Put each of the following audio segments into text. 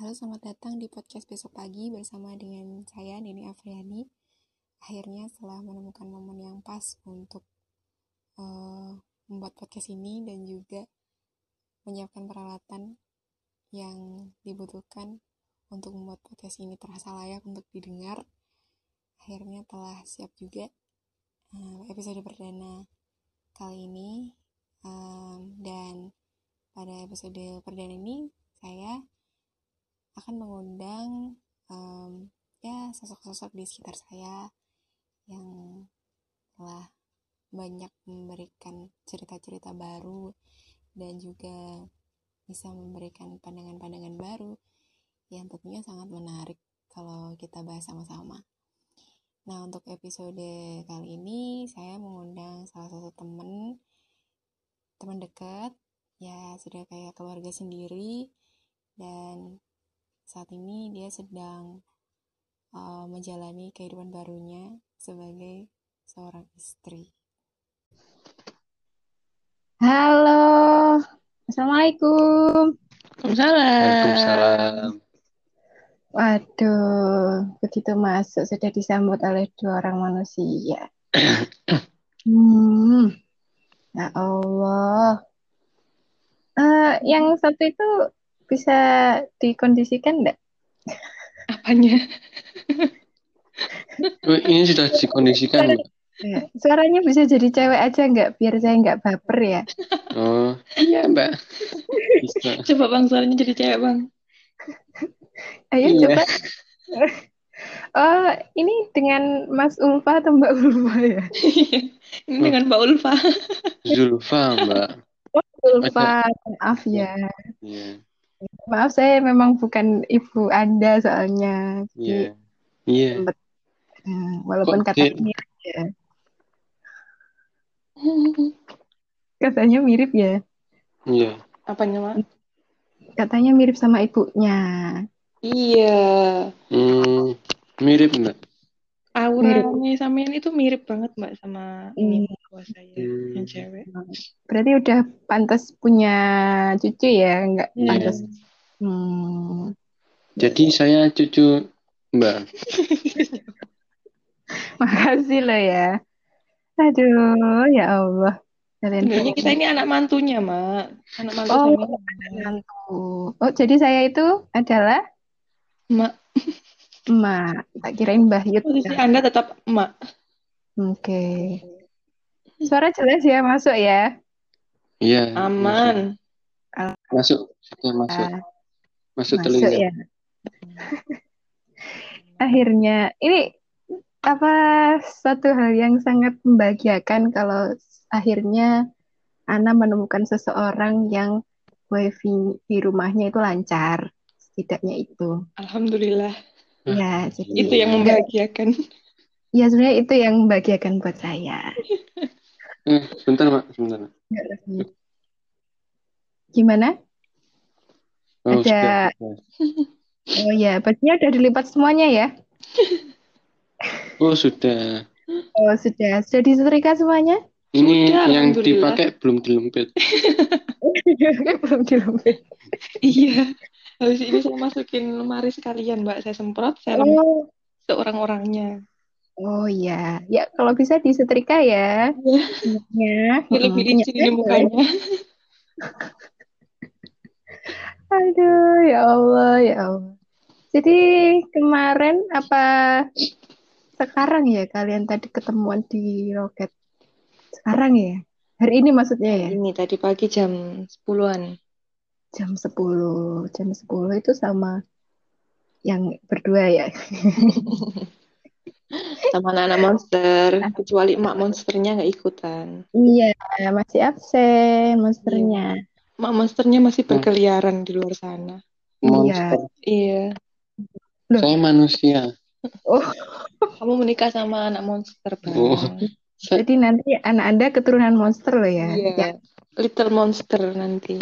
Halo, selamat datang di podcast besok pagi bersama dengan saya, Nini Afriani. Akhirnya setelah menemukan momen yang pas untuk membuat podcast ini dan juga menyiapkan peralatan yang dibutuhkan untuk membuat podcast ini terasa layak untuk didengar, akhirnya telah siap juga episode perdana kali ini. Dan pada episode perdana ini saya akan mengundang sosok-sosok di sekitar saya yang telah banyak memberikan cerita-cerita baru dan juga bisa memberikan pandangan-pandangan baru yang tentunya sangat menarik kalau kita bahas sama-sama. Nah, untuk episode kali ini saya mengundang salah satu teman dekat, ya sudah kayak keluarga sendiri, dan saat ini dia sedang menjalani kehidupan barunya sebagai seorang istri. Halo, Assalamualaikum. Waalaikumsalam. Waduh, begitu masuk sudah disambut oleh dua orang manusia. Ya Allah. Yang satu itu bisa dikondisikan enggak? Apanya? Ini sudah dikondisikan, Mbak. Suaranya bisa jadi cewek aja enggak? Biar saya enggak baper ya. Oh, iya, Mbak. Bisa. Coba Bang, suaranya jadi cewek, Bang. Ayo Iya. coba. Oh, ini dengan Mas Ulfa atau Mbak Ulfa ya? Ini dengan Mbak Ulfa. Zulfa, Mbak. Oh, Ulfa, maaf ya. Iya. Maaf, saya memang bukan ibu Anda soalnya. Iya. Iya. Walaupun Kok katanya mirip ya. Katanya mirip ya. Iya. Apanya, Mak? Katanya mirip sama ibunya. Iya. Mirip, Mbak. Auranya sama ini tuh mirip banget, Mbak, sama ini mertua saya yang cewek. Berarti udah pantas punya cucu ya, nggak Iya. pantas. Jadi saya cucu Mbak. Makasih loh ya. Aduh, ya Allah. Sebenarnya kita ini anak mantunya, Mak. Anak mantu Oh, sama mantu. Oh, jadi saya itu adalah Mak. emak. Tak kirain Mbah Yud. Posisi Anda tetap Mak. Oke. Suara jelas ya, masuk ya? Iya. Aman. Masuk. Masuk Masuk telinga. ya. Akhirnya, ini satu hal yang sangat membahagiakan kalau akhirnya Ana menemukan seseorang yang wifi di rumahnya itu lancar, setidaknya itu. Alhamdulillah. Ya, jadi itu yang membahagiakan. Ya, sebenarnya itu yang membahagiakan buat saya. Sebentar, Mak. Sebentar. Gimana? Oh, Ada. sudah. Oh ya, bajunya udah dilipat semuanya ya? Oh, sudah. Oh, sudah disetrika semuanya? Ini Sudah, yang alhamdulillah. dipakai belum dilempit. Belum dilempit. Iya. Habis ini saya masukin lemari sekalian, Mbak. Saya semprot, saya lempit seorang-orangnya. Oh iya, ya kalau bisa disetrika ya. Iya. Lebih licin ini mukanya. Aduh, ya Allah, ya Allah. Jadi kemarin apa sekarang ya kalian tadi ketemuan di Roket? Sekarang ya? Hari ini maksudnya ya? Ini tadi pagi jam 10-an. Jam 10. Jam 10 itu sama yang berdua ya? Sama anak-anak monster. Kecuali emak monsternya nggak ikutan. Iya, masih absen monsternya. Emak monsternya masih berkeliaran di luar sana. Monster. Iya. Saya manusia. Oh. Kamu menikah sama anak monster, Bang. Oh. Jadi nanti anak Anda keturunan monster loh ya? Iya. Ya. Little monster nanti.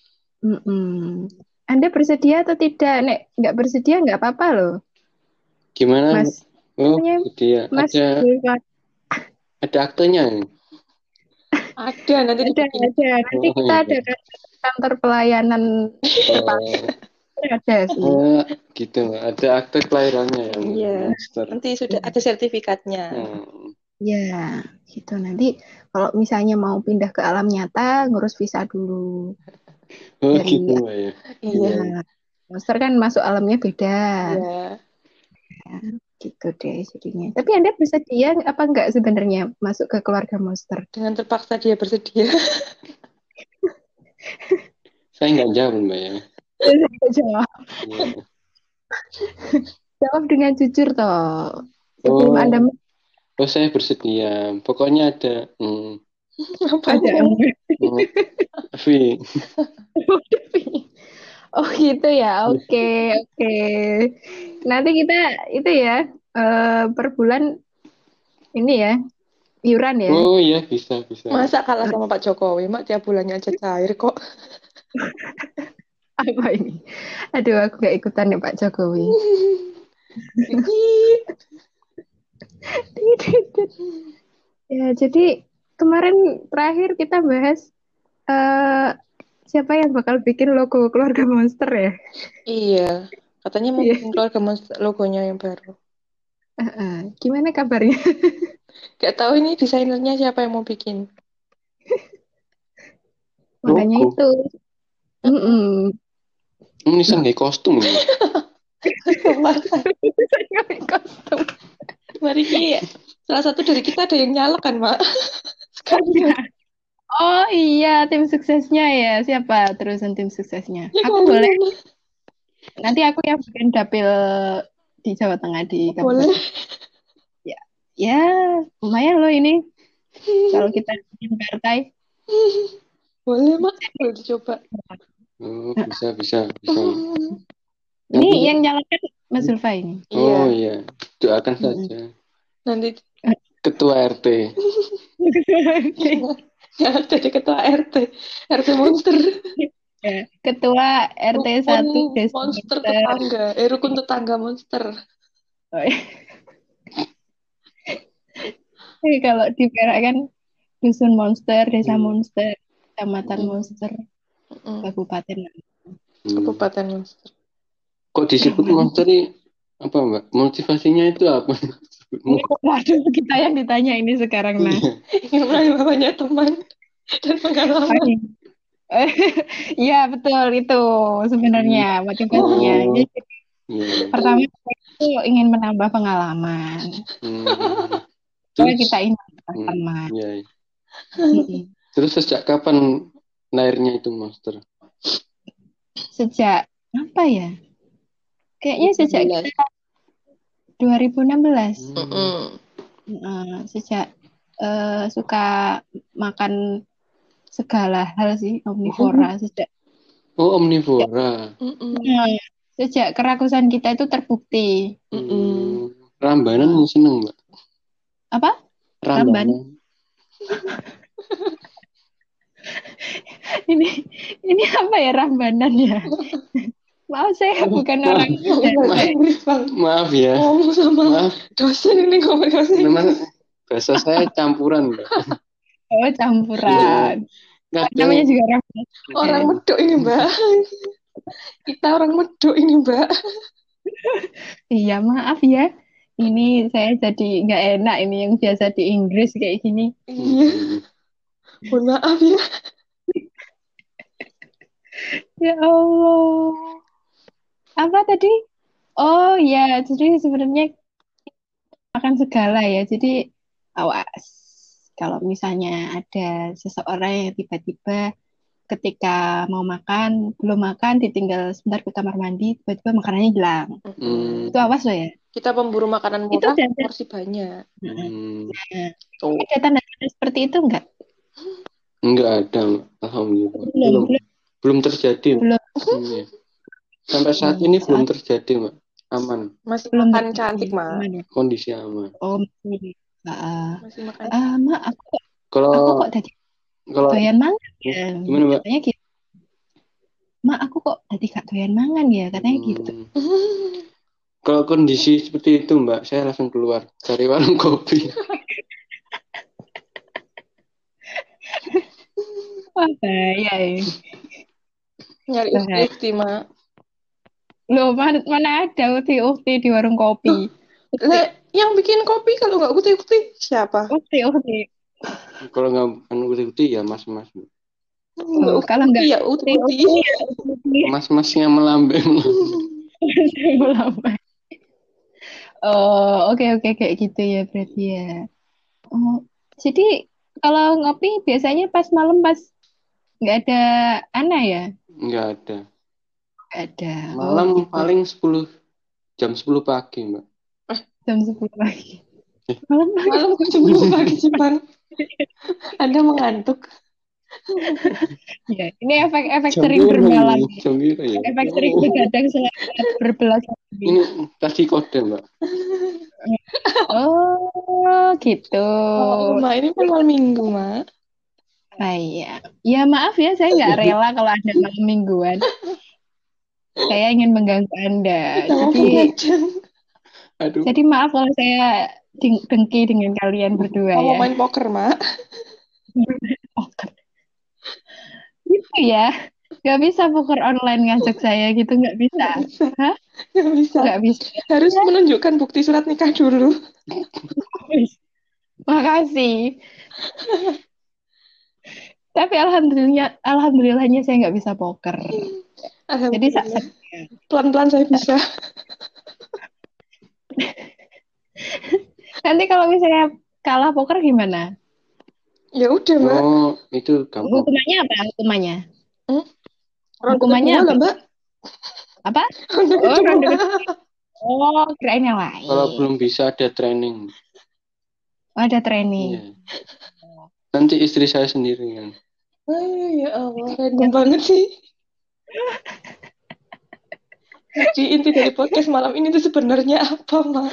Anda bersedia atau tidak? Nek nggak bersedia nggak apa-apa loh. Gimana? Mas, bersedia. Mas ada aktenya. Ada nanti. Ada. Nanti kita ada kantor pelayanan. ada sih. Gitu, Mbak. Ada akte kelahirannya ya, Mbak. Iya. Monster. Nanti sudah ada sertifikatnya. Ya, gitu. Nanti kalau misalnya mau pindah ke alam nyata, ngurus visa dulu. Oh, Dari gitu, Mbak ya. Iya. monster kan masuk alamnya beda. Iya. Gitu deh jadinya. Tapi Anda bersedia apa enggak sebenarnya masuk ke keluarga monster? Dengan terpaksa dia bersedia. Saya nggak jawab, Mbak ya. Jawab. Iya. Jawab dengan jujur toh. Sebelum Oh, Anda saya bersedia. Pokoknya ada ada Vi. Oh gitu ya. Oke, oke. Nanti kita itu ya per bulan ini ya iuran ya. Oh iya, bisa. Masa kalah sama Pak Jokowi, Mak tiap bulannya aja cair kok. Apa ini? Aduh, aku gak ikutan ya Pak Jokowi. Ya, jadi kemarin terakhir kita bahas siapa yang bakal bikin logo keluarga monster ya? Iya, katanya mau Iya. bikin keluarga monster logonya yang baru. Gimana kabarnya? Gak tahu ini desainernya siapa yang mau bikin. Makanya Logo. itu. Mm-mm. Ini sangat kostum ini. Kostum. Mari Ki, salah satu dari kita ada yang nyala kan, Mak? Sekarang. Oh iya, tim suksesnya ya. Siapa terusan tim suksesnya? Ya, Aku boleh. Nanti aku yang bikin dapil di Jawa Tengah di boleh. Kabupaten. Ya, lumayan loh ini. Kalau kita bikin partai. Boleh, Mak. Boleh dicoba. Oh, bisa. Ini Nanti- yang nyalakan Mas Zulfa ini. Oh Iya. iya, doakan saja. Nanti Ketua RT. ya, jadi ketua RT Monster. Ya, Ketua RT 1 Rukun Desa monster Monster. tetangga. Rukun tetangga monster. Oh, iya. Kalau di Perak kan Dusun Monster, Desa Monster, Kecamatan Monster, Kabupaten. Kabupaten Monster. Kok disebut monster ini apa, Mbak? Motivasinya itu apa? Waduh, kita yang ditanya ini sekarang, nah. Ingin menambah banyak teman dan pengalaman. Iya, betul itu sebenarnya motivasinya. Oh, Jadi, iya. pertama itu ingin menambah pengalaman. Soalnya kita ingin teman. Iya. Mm-mm. Terus sejak kapan lahirnya itu monster? Sejak apa ya? Kayaknya sejak kita 2016. Sejak suka makan segala hal sih, omnivora sejak. Oh, omnivora. Sejak kerakusan kita itu terbukti. Rambanan seneng, Mbak. Apa? Rambanan. ini apa ya rambanan ya? Maaf, saya bukan orang Maaf ya. Ngomong sama Maaf. dosen ini komunikasi. Memang bahasa saya campuran, Mbak. Oh, campuran. Namanya juga rambanan. Orang medok ini, Mbak. Kita orang medok ini, Mbak. Iya, maaf ya. Ini saya jadi nggak enak ini yang biasa di Inggris kayak gini. Iya. Mohon maaf ya. Ya Allah. Apa tadi? Oh ya, jadi sebenarnya makan segala ya. Jadi awas. Kalau misalnya ada seseorang yang tiba-tiba ketika mau makan, belum makan, ditinggal sebentar ke kamar mandi, tiba-tiba makanannya hilang. Itu awas loh ya. Kita pemburu makanan murah, Itu porsi banyak. Ada tanda-tanda seperti itu enggak? Enggak ada, alhamdulillah. Belum terjadi. Iya. Sampai saat ini belum terjadi, Mbak. Aman. Masih makan cantik, Mak. Kondisi aman. Oh, masih. Masih makan. Mak, aku kok tadi doyan mangan ya. Gimana, Mbak? Katanya gitu. Mak, aku kok tadi gak doyan mangan ya, katanya gitu. Kalau kondisi seperti itu, Mbak, saya langsung keluar cari warung kopi. Wah, bahaya ya. Nyari safety, Mak. Loh, mana ada ukti-ukti di warung kopi. Ukti, Lah, yang bikin kopi kalau nggak ukti-ukti siapa? ukti. Kalau nggak bukan ukti-ukti ya mas-mas. Nggak Kalau ukti-ukti nggak ya ukti-ukti. ukti ya ukti. Mas-masnya melambung. Lama. Oh, oke kayak gitu ya berarti ya. Oh, jadi kalau ngopi biasanya pas malam pas nggak ada Ana ya? Nggak ada. Nggak ada. Oh Malam gitu. paling 10 jam 10 pagi, Mbak. Jam 10 pagi. Eh, Malam Malam kok jam 10 pagi sih, Bang? Anda mengantuk. ya. Ini efek jam sering biru bermalam. ini, jam biru ya. Efek sering begadang selama berbelas hari. Ini tadi kode, Mbak. Oh gitu. Oh, Ma, ini kan malam minggu, Ma. Ah, iya. Ya maaf ya, saya nggak rela kalau ada malam mingguan. Saya ingin mengganggu Anda. Kita mau Jadi, begadang. Aduh. jadi maaf kalau saya dengki dengan kalian berdua Mau ya. main poker, Ma. Poker. Gitu ya. Nggak bisa poker online ngajak saya gitu, nggak bisa. Nggak bisa. Hah? Nggak bisa. Nggak bisa. Harus menunjukkan bukti surat nikah dulu. Makasih. Tapi alhamdulillahnya saya nggak bisa poker. Jadi Alhamdulillah. Pelan-pelan saya bisa. nanti kalau misalnya kalah poker gimana? Ya udah, Mbak. Oh, itu gampang. Hukumannya apa? Hukumannya? Ronde Hukumannya kedua apa? lah, Mbak. Apa? Ronde Oh, kedua. ronde kedua. Oh, kirain yang lain. Kalau belum bisa ada training. Oh, ada training. Iya. Nanti istri saya sendiri kan. Oh, ya Allah, random banget sih. Jadi inti dari podcast malam ini tuh sebenarnya apa, Mak?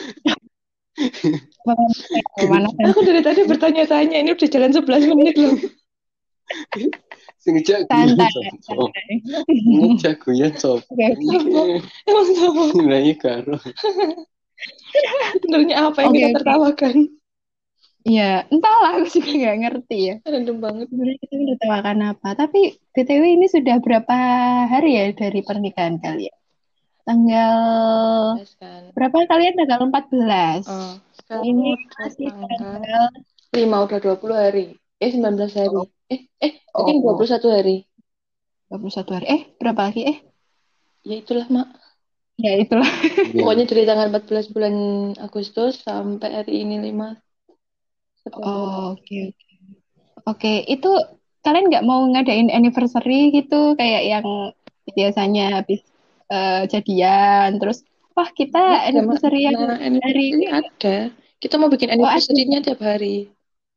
Mana Aku dari tadi bertanya-tanya, ini udah jalan 11 menit loh. Sengaja santai. Sengaja guyon sob. Emang sama. Nilainya karo. Sebenarnya apa yang kita tertawakan? Ya, entahlah, aku juga nggak ngerti ya. Random banget. Sebenarnya kita menertawakan apa? Tapi BTW ini sudah berapa hari ya dari pernikahan kalian? Tanggal Kan. berapa kalian? Tanggal 14. Oh, sekarang Ini udah masih tanggal tanggal 5, udah 20 hari. 19 hari. Mungkin 21 hari. 21 hari. Berapa lagi? Ya itulah, Mak. Ya itulah. Pokoknya dari tanggal 14 bulan Agustus sampai hari ini 5 September. Oke. Oke, itu kalian nggak mau ngadain anniversary gitu kayak yang biasanya habis jadian terus wah kita anniversary yang hari anniversary ini ada. Kita mau bikin anniversary-nya tiap hari.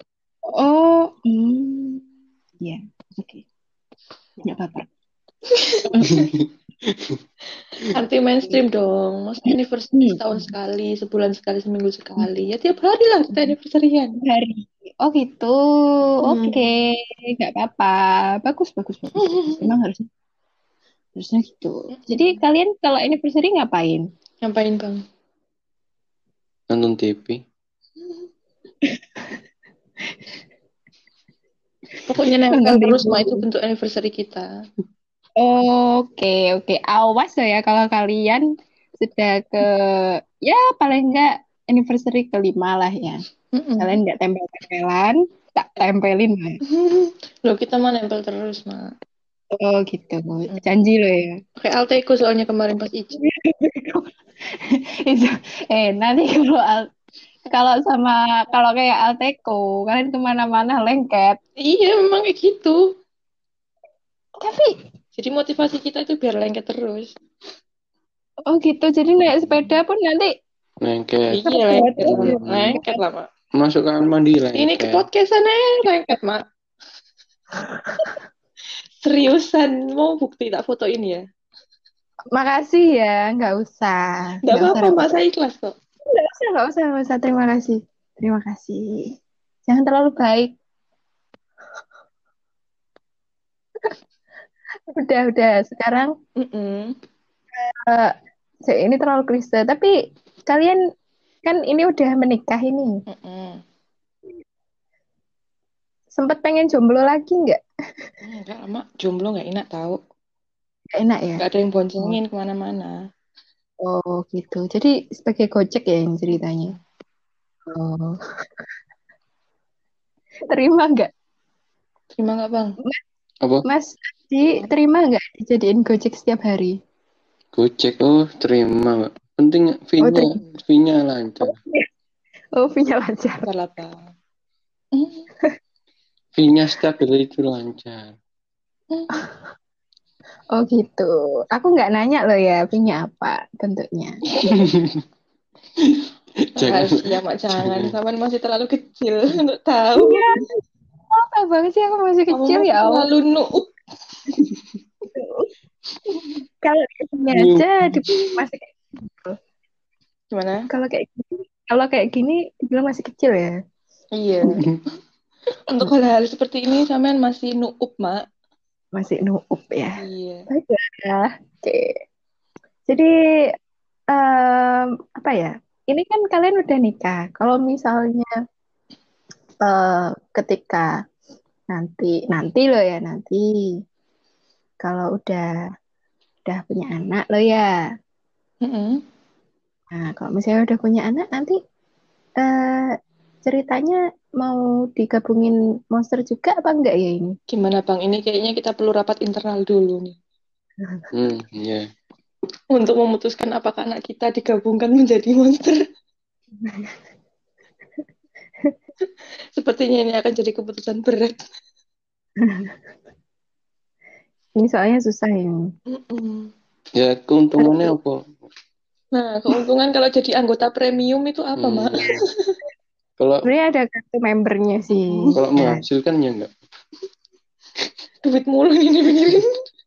Ya, oke. Nggak apa-apa. Anti mainstream dong. Maksudnya anniversary setahun sekali, sebulan sekali, seminggu sekali. Ya tiap hari lah kita anniversary-an. Hari. Oh gitu. Oke, nggak apa-apa. Bagus. Emang harusnya gitu. Jadi kalian kalau anniversary ngapain? Ngapain, Bang? Nonton TV. Pokoknya nempel terus, mah itu bentuk anniversary kita. Oke. Awas loh ya kalau kalian sudah ke ya paling enggak anniversary kelima lah ya. Kalian nggak tempel-tempelan, tak tempelin lah. Loh, kita mah nempel terus, Mak. Oh gitu. Janji loh ya. Kayak Alteco soalnya kemarin pas izin. Itu, nanti kalau kayak Alteco, kalian kemana-mana lengket. Iya, memang kayak gitu. Tapi jadi motivasi kita itu biar lengket terus. Oh gitu, jadi naik sepeda pun nanti lengket. Iya, lengket lah, Mak. Masuk kamar mandi lengket. Ini ke podcastan lengket, Mak. Seriusan, mau bukti tak foto ini ya? Makasih ya, nggak usah. Nggak apa-apa, Mbak, saya ikhlas kok. Nggak usah. Terima kasih. Jangan terlalu baik. Udah. Sekarang ini terlalu klise. Tapi kalian kan ini udah menikah ini. Sempet pengen jomblo lagi nggak? Enggak, Mak. Jomblo nggak enak tahu. Nggak enak ya? Nggak ada yang boncengin kemana-mana. Oh gitu. Jadi sebagai Gojek ya yang ceritanya. Oh, terima nggak? Terima nggak bang? Apa? Mas Adi terima nggak dijadiin Gojek setiap hari? Gojek, oh terima, Mbak. Penting Oh fee-nya, terima. fee-nya lancar. Oh punya lancar. Salah bang. Fee-nya stabil itu lancar. Oh gitu. Aku nggak nanya loh ya punya apa bentuknya. Jangan, Rahasia mak jangan. jangan. Saman masih terlalu kecil untuk tahu. Iya, apa banget sih aku masih Kamu kecil ya masih Allah. terlalu nuuk. Kalau kayak gini New. aja masih kayak gitu. Gimana? Kalau kayak gini dibilang masih kecil ya. Iya. Untuk hal-hal seperti ini Saman masih nuuk mak. Masih nuup ya. Iya. Baiklah. Oke. Jadi apa ya? Ini kan kalian udah nikah. Kalau misalnya ketika nanti nanti loh ya nanti kalau udah punya anak loh ya. Mm-mm. Nah, kalau misalnya udah punya anak nanti eh, ceritanya mau digabungin monster juga apa enggak ya ini? Gimana bang? Ini kayaknya kita perlu rapat internal dulu nih. Iya. Untuk memutuskan apakah anak kita digabungkan menjadi monster. Sepertinya ini akan jadi keputusan berat. Ini soalnya susah ini. Mm-mm. Ya, keuntungannya apa? Nah, keuntungan kalau jadi anggota premium itu apa, Mak? Hmm. Kalau Sebenarnya ada kartu membernya sih. kalau Ya. menghasilkan ya enggak. Duit mulu ini pikirin.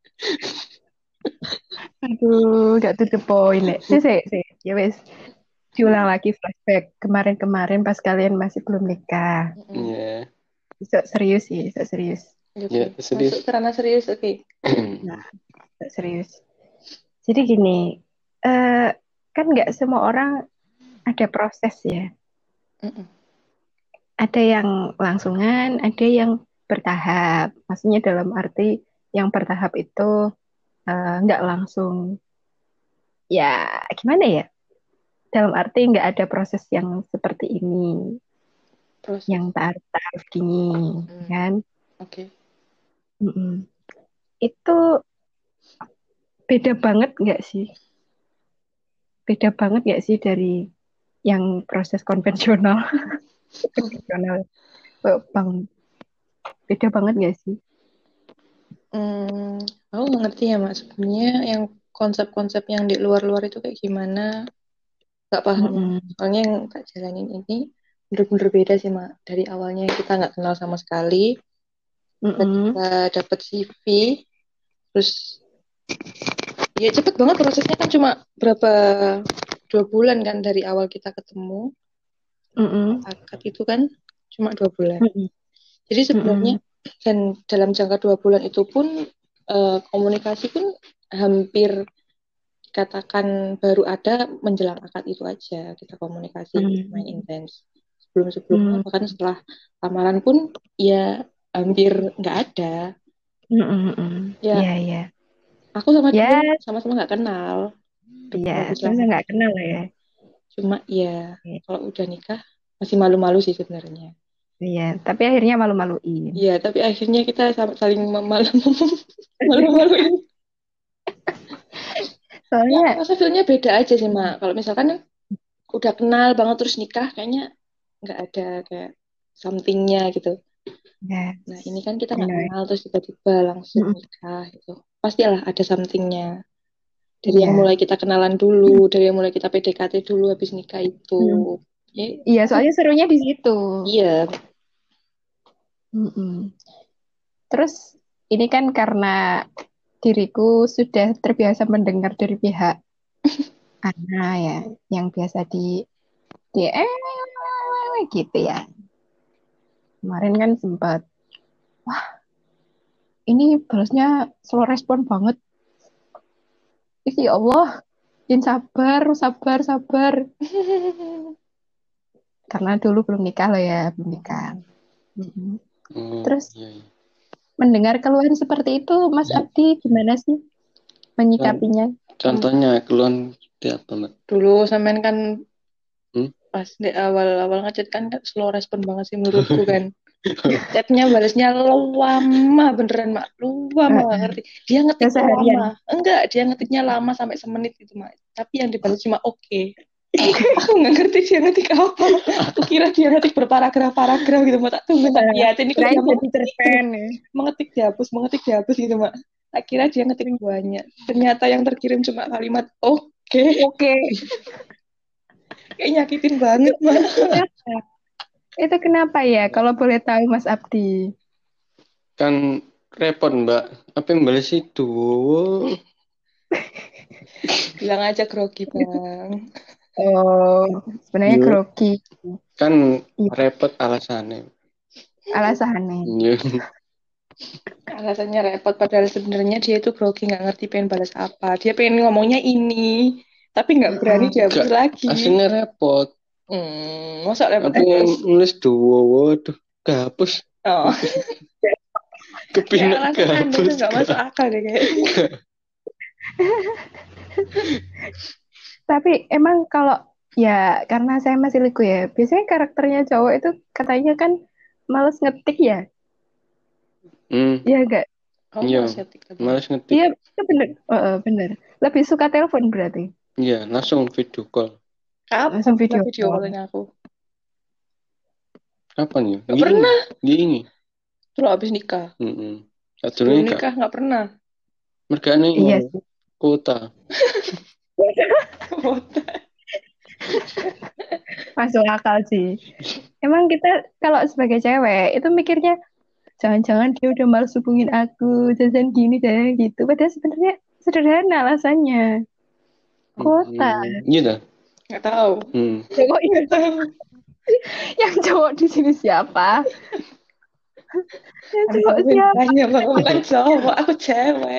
Aduh, gak to the point. Nek. Sih. Ya wes, diulang lagi flashback kemarin-kemarin pas kalian masih belum nikah. Mm-mm. Iya. Besok serius sih, besok serius. Oke, Ya, masuk serius. ke ranah serius, oke. Nah, besok serius. Jadi gini, eh, kan nggak semua orang ada proses ya. Mm-mm. Ada yang langsungan, ada yang bertahap. Maksudnya dalam arti yang bertahap itu nggak langsung. Ya, gimana ya? Dalam arti nggak ada proses yang seperti ini, yang Proses. taraf gini, Mm. kan? Oke. Mm-mm. Itu beda banget nggak sih? Beda banget nggak sih dari yang proses konvensional? Konvensional, bang, beda banget nggak sih? Hmm, aku nggak ngerti ya, Mak. Sebenarnya yang konsep-konsep yang di luar-luar itu kayak gimana, nggak paham. Mm-mm. Soalnya yang tak jalanin ini bener-bener beda sih, Mak. Dari awalnya kita nggak kenal sama sekali, Mm-mm. tiba-tiba dapet CV, terus ya cepet banget prosesnya kan cuma berapa 2 bulan kan dari awal kita ketemu Mm-mm. akad itu kan cuma 2 bulan. Mm-mm. Jadi sebenarnya Mm-mm. dan dalam jangka 2 bulan itu pun komunikasi pun hampir katakan baru ada menjelang akad itu aja kita komunikasi main Mm-mm. intens. Sebelum-sebelumnya bahkan setelah lamaran pun ya hampir nggak ada. Mm-mm. Ya Iya, iya. aku sama dia Ya, sama-sama nggak kenal iya. habis Terus lamaran. nggak kenal lah ya. Cuma ya kalau udah nikah masih malu-malu sih sebenarnya. Iya, tapi akhirnya malu-maluin. Iya, tapi akhirnya kita saling malu-maluin. Ya, aku Soalnya, rasa feel-nya beda aja sih, Mak. Kalau misalkan udah kenal banget terus nikah, kayaknya nggak ada kayak something-nya gitu. ya, Nah, ini kan kita nggak anyway. kenal terus tiba-tiba langsung Mm-mm. nikah gitu. Pastilah ada something-nya. Dari yang Iya. mulai kita kenalan dulu, dari yang mulai kita PDKT dulu habis nikah itu. Mm. Ya, Iya, soalnya serunya di situ. iya, Mm-mm. Terus ini kan karena diriku sudah terbiasa mendengar dari pihak Ana ya, yang biasa di gitu ya. Kemarin kan sempat, wah ini balasnya slow respon banget. Ih, ya Allah, Jin sabar, sabar, sabar. Karena dulu belum nikah loh ya, belum nikah. Mm-mm. Oh, Terus iya, iya. mendengar keluhan seperti itu, Mas Abdi gimana sih Con- menyikapinya? Contohnya keluhan Itu apa, Mbak? Dulu sampean kan Hmm? pas di awal-awal ngechat kan slow respon banget sih menurutku kan. Chatnya balasnya lama beneran mak, lama nggak ngerti. Dia ngetik tuh Seharian. lama, enggak dia ngetiknya lama sampai semenit gitu mak. Tapi yang dibalas cuma oke. Aku nggak ngerti dia ngetik apa. Aku kira dia ngetik berparagraf-paragraf gitu mak. Tak tunggu tak liatin kok Kirain dia jadi cerpen ya. mengetik dihapus gitu mak. Tak kira dia ngetik banyak. Ternyata yang terkirim cuma kalimat oke. Oke. Kayak nyakitin banget mak. Kenapa? Itu kenapa ya? Kalau boleh tahu Mas Abdi. Kan repot, Mbak. Apa yang balas itu? Bilang aja grogi bang. Oh, sebenarnya Iya. grogi. Kan Iya, repot alasannya. alasannya. Iya. Alasannya repot padahal sebenarnya dia itu grogi nggak ngerti pengen balas apa. Dia pengen ngomongnya ini, tapi nggak berani dihapus Enggak. lagi. Aslinya repot. Masa repot Apa yang terus? nulis dua? Waduh, kehapus. Oh, kayak Kepinak alasan Anda itu kehapus. nggak masuk akal deh kayaknya. Tapi emang kalau ya karena saya masih liku ya, biasanya karakternya cowok itu katanya kan males ngetik ya, Hmm, iya enggak? Oh, iya. mau ngetik tapi. Males ngetik. Iya, itu bener. Bener. Lebih suka telepon berarti. Iya, langsung video call. Kapan Langsung pernah video video call. callin aku? Kapan ya? Nggak pernah. Gini. Terus abis nikah. Aturannya Sebelum nikah nggak pernah. mergane Iya mau sih. kuota. Masuk akal sih. Emang kita kalau sebagai cewek itu mikirnya jangan-jangan dia udah males hubungin aku, jajan gini, jajan gitu. Padahal sebenarnya sederhana alasannya. Kuota. Iya dah. Nggak tahu. Cowok Nggak tahu. yang cowok di sini siapa? Yang cowok Aduh, siapa? tanya bang, bukan cowok, aku cewek.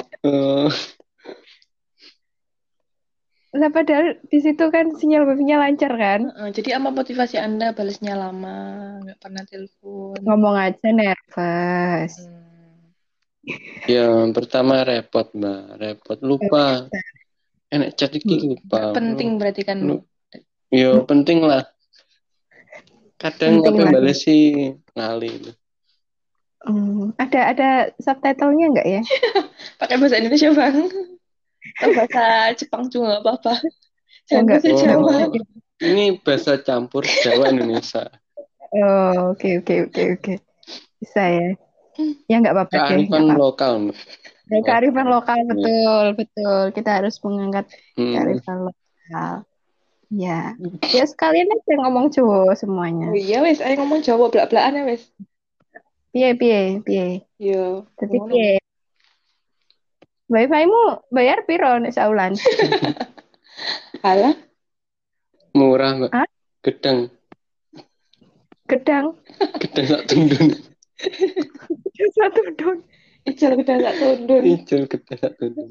Lah padahal di situ kan sinyal wifi-nya lancar kan? Jadi apa motivasi Anda balasnya lama, nggak pernah telepon? Ngomong aja nervous. Ya, pertama repot, Mbak. Repot. Lupa. Enak chat iki lupa. Penting berarti kan. Ya, penting lah. Kadang Penting apa yang lah. balas sih ngali. Ada subtitlenya nggak ya? Pakai bahasa Indonesia bang. Atau bahasa Jepang juga nggak apa-apa. Jangan Enggak. bahasa Jawa. Ini bahasa campur Jawa Indonesia. Oh, oke. Bisa ya. Ya nggak apa-apa deh. Kearifan lokal, Mbak. Ya, kearifan lokal, betul. Kita harus mengangkat kearifan lokal. Ya sekalian aja ngomong Jawa semuanya. Oh iya wes, ayo ngomong Jawa belak-belakan ya wes. Piye. Iya. Tapi piye? Wifi-mu bayar piro nek saulan? Halah. Murah, Mbak. Hah? Gedang sak tundun. Satu don. Ijal gedang sak tundun. Ijol gedang sak tundun.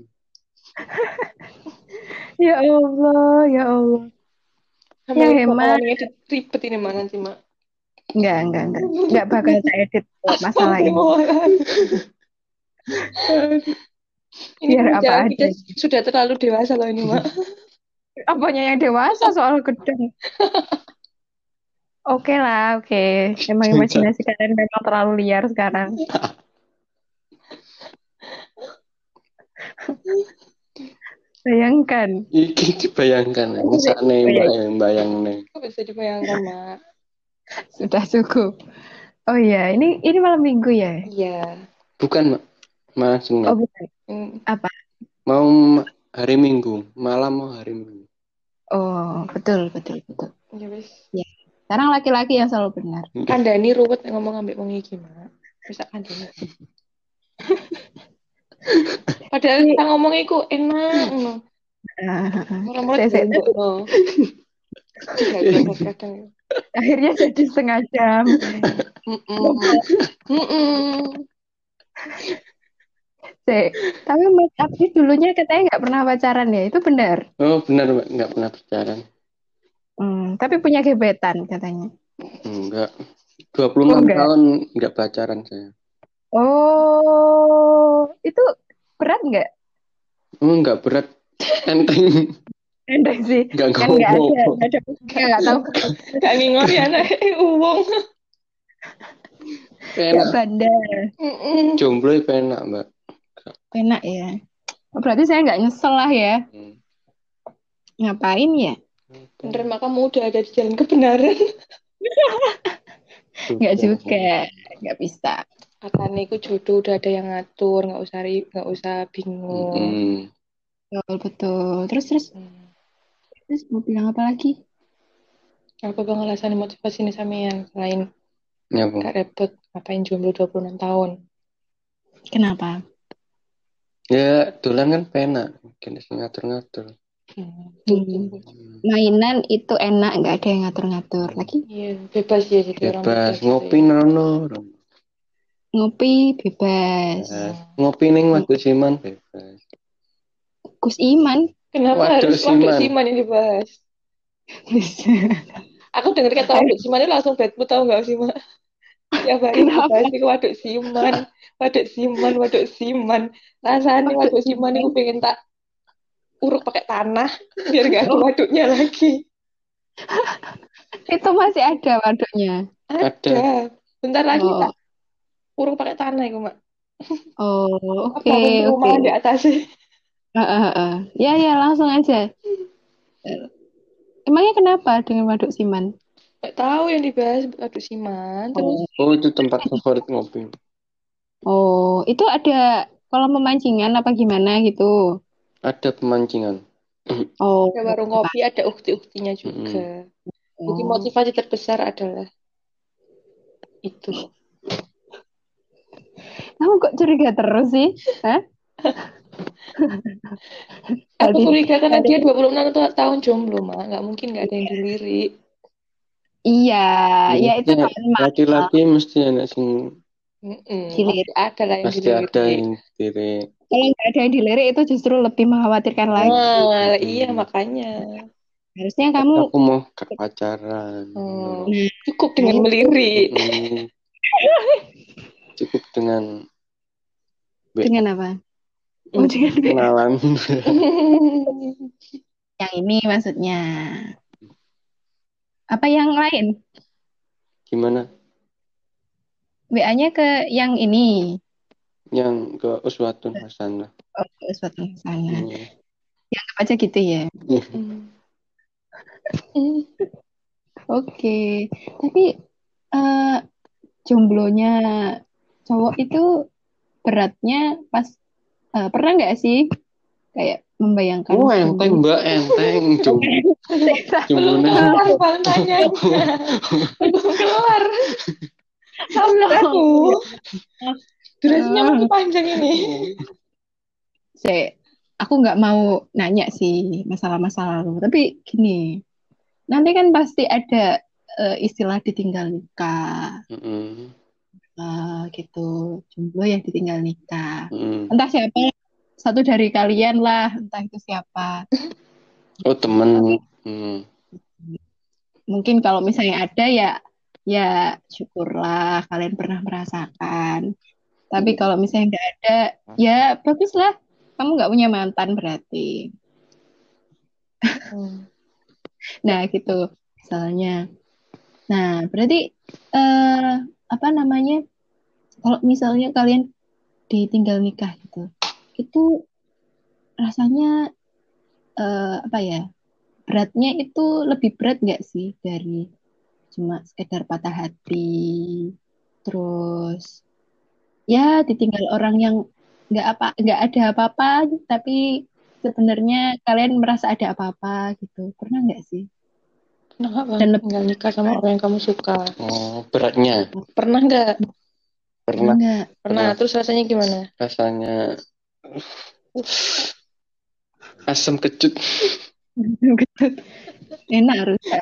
Ya Allah. Yang hemat. Ngedit ribet ini mana nanti mak? Enggak bakal saya edit kok masalah ini. Ini Biar apa pembicaraan kita aja. sudah terlalu dewasa loh ini mak. Apanya yang dewasa soal gedang? Oke lah. Emang imajinasi kalian memang terlalu liar sekarang. Bayangkan. Iki dibayangkan, misalnya bayang-bayang. Kok bisa dibayangkan mak? Sudah cukup. Oh iya, ini malam minggu ya? Iya. Bukan, Mak. Malah Jumat. Oh bukan. Apa? Mau hari Minggu, malam mau hari Minggu. Oh, betul. Ya wes. Ya. Sekarang laki-laki yang selalu benar. Kandani ruwet ngomong ambek wong iki mak. Bisa kandani. Padahal kita ngomong iku enak. Orang-orang jenggot loh. Kadang. Akhirnya jadi setengah jam. Tapi Mas Abdi dulunya katanya nggak pernah pacaran ya, itu benar? Oh benar, Mbak, nggak pernah pacaran. Tapi punya gebetan katanya. Enggak. 26 tahun nggak pacaran saya. Oh, itu berat nggak? Nggak berat, enteng. Endek sih. Nggak Kan nggak ngomong. ada buktinya, nggak tahu Gak ngingori anak uwong. nggak Enak. bandar. Jomblo itu enak, Mbak. Enak ya. Berarti saya nggak nyesel lah ya. Hmm. Ngapain ya? Bener, makamu udah ada di jalan kebenaran. Nggak Sudah. juga. Nggak bisa. Katanya itu jodoh udah ada yang ngatur, nggak usah bingung. Mm-mm. Betul, betul. Terus mau bilang apa lagi? Apa bang alasan motivasi ini sampean selain Ini apa? gak repot ngapain jomblo 26 tahun? Kenapa? Ya, dolan kan penak. Kini ngatur-ngatur. Hmm. Mainan itu enak, nggak ada yang ngatur-ngatur. Lagi Iya, bebas ya jadi orang muda Bebas gitu ngopi ya. nono. ngopi bebas. Bebas. Ngopi ning Waduk Siman bebas. Gus Iman. Kenapa Waduk harus waduk Siman. siman yang dibahas? Aku dengar kata waduk siman itu langsung bad mood, tau gak sih, Mak? Tiap hari Kenapa? dibahas itu waduk siman, waduk siman, waduk siman. Rasanya Waduk waduk siman Siman. itu pengen tak uruk pakai tanah biar gak ada waduknya lagi. Itu masih ada waduknya. Ada. Bentar lagi Oh, tak uruk pakai tanah itu, Mak. oh, Aku oke, bangun oke. perumahan di atasnya. Ya, ya, langsung aja. Emangnya kenapa dengan waduk Siman? Gak tahu yang dibahas waduk siman. Terus Oh, itu tempat favorit ngopi. Oh, itu ada kolam pemancingan apa gimana gitu? Ada pemancingan. Oh, ada warung kopi, ada ukti-uktinya juga. Jadi oh. motivasi terbesar adalah itu. Kamu kok curiga terus sih? Hah? Aku Tadi, curiga karena tadi. dia 26 tahun jomblo, Mak. Nggak mungkin nggak ada yang dilirik. Iya, ya itu Maksudnya normal. laki-laki mesti anak sing Dilirik. Pasti ada lah yang pasti ada dilirik. yang diri. Kalau nggak ada yang dilirik itu justru lebih mengkhawatirkan lagi. Nah, iya makanya. Harusnya kamu Aku mau pacaran. Cukup nah, dengan itu melirik. Cukup dengan dengan apa? Oh, dengan kenalan. yang ini maksudnya. Apa yang lain? Gimana? WA-nya ke yang ini. Yang ke Uswatun Hasanah. Oh, ke suatu sana. Dianggap aja gitu ya. Oke. Tapi jomblonya cowok itu beratnya pas pernah nggak sih kayak membayangkan Enteng Mbak, enteng. Jomblonya. Bang tanya. Belum kelar. Sabar aku. Durasinya masih panjang ini. Aku nggak mau nanya sih masalah-masalah lalu, tapi gini, nanti kan pasti ada istilah ditinggal nikah, gitu, jomblo yang ditinggal nikah. Entah siapa, satu dari kalian lah, entah itu siapa. Oh, temen. Mungkin kalau misalnya ada ya syukurlah kalian pernah merasakan. Tapi kalau misalnya nggak ada, ya baguslah. Kamu nggak punya mantan berarti. Nah, gitu misalnya. Nah, berarti apa namanya? Kalau misalnya kalian ditinggal nikah gitu, itu rasanya apa ya? Beratnya itu lebih berat nggak sih dari cuma sekedar patah hati, terus ya ditinggal orang yang nggak ada apa-apa, tapi sebenarnya kalian merasa ada apa-apa gitu. Pernah nggak sih? Pernah nggak Bang Dan tinggal nikah sama orang yang kamu suka? Oh, beratnya. Pernah nggak? Pernah. nggak? Pernah. Terus rasanya gimana? Rasanya asam kecut. Enak harusnya.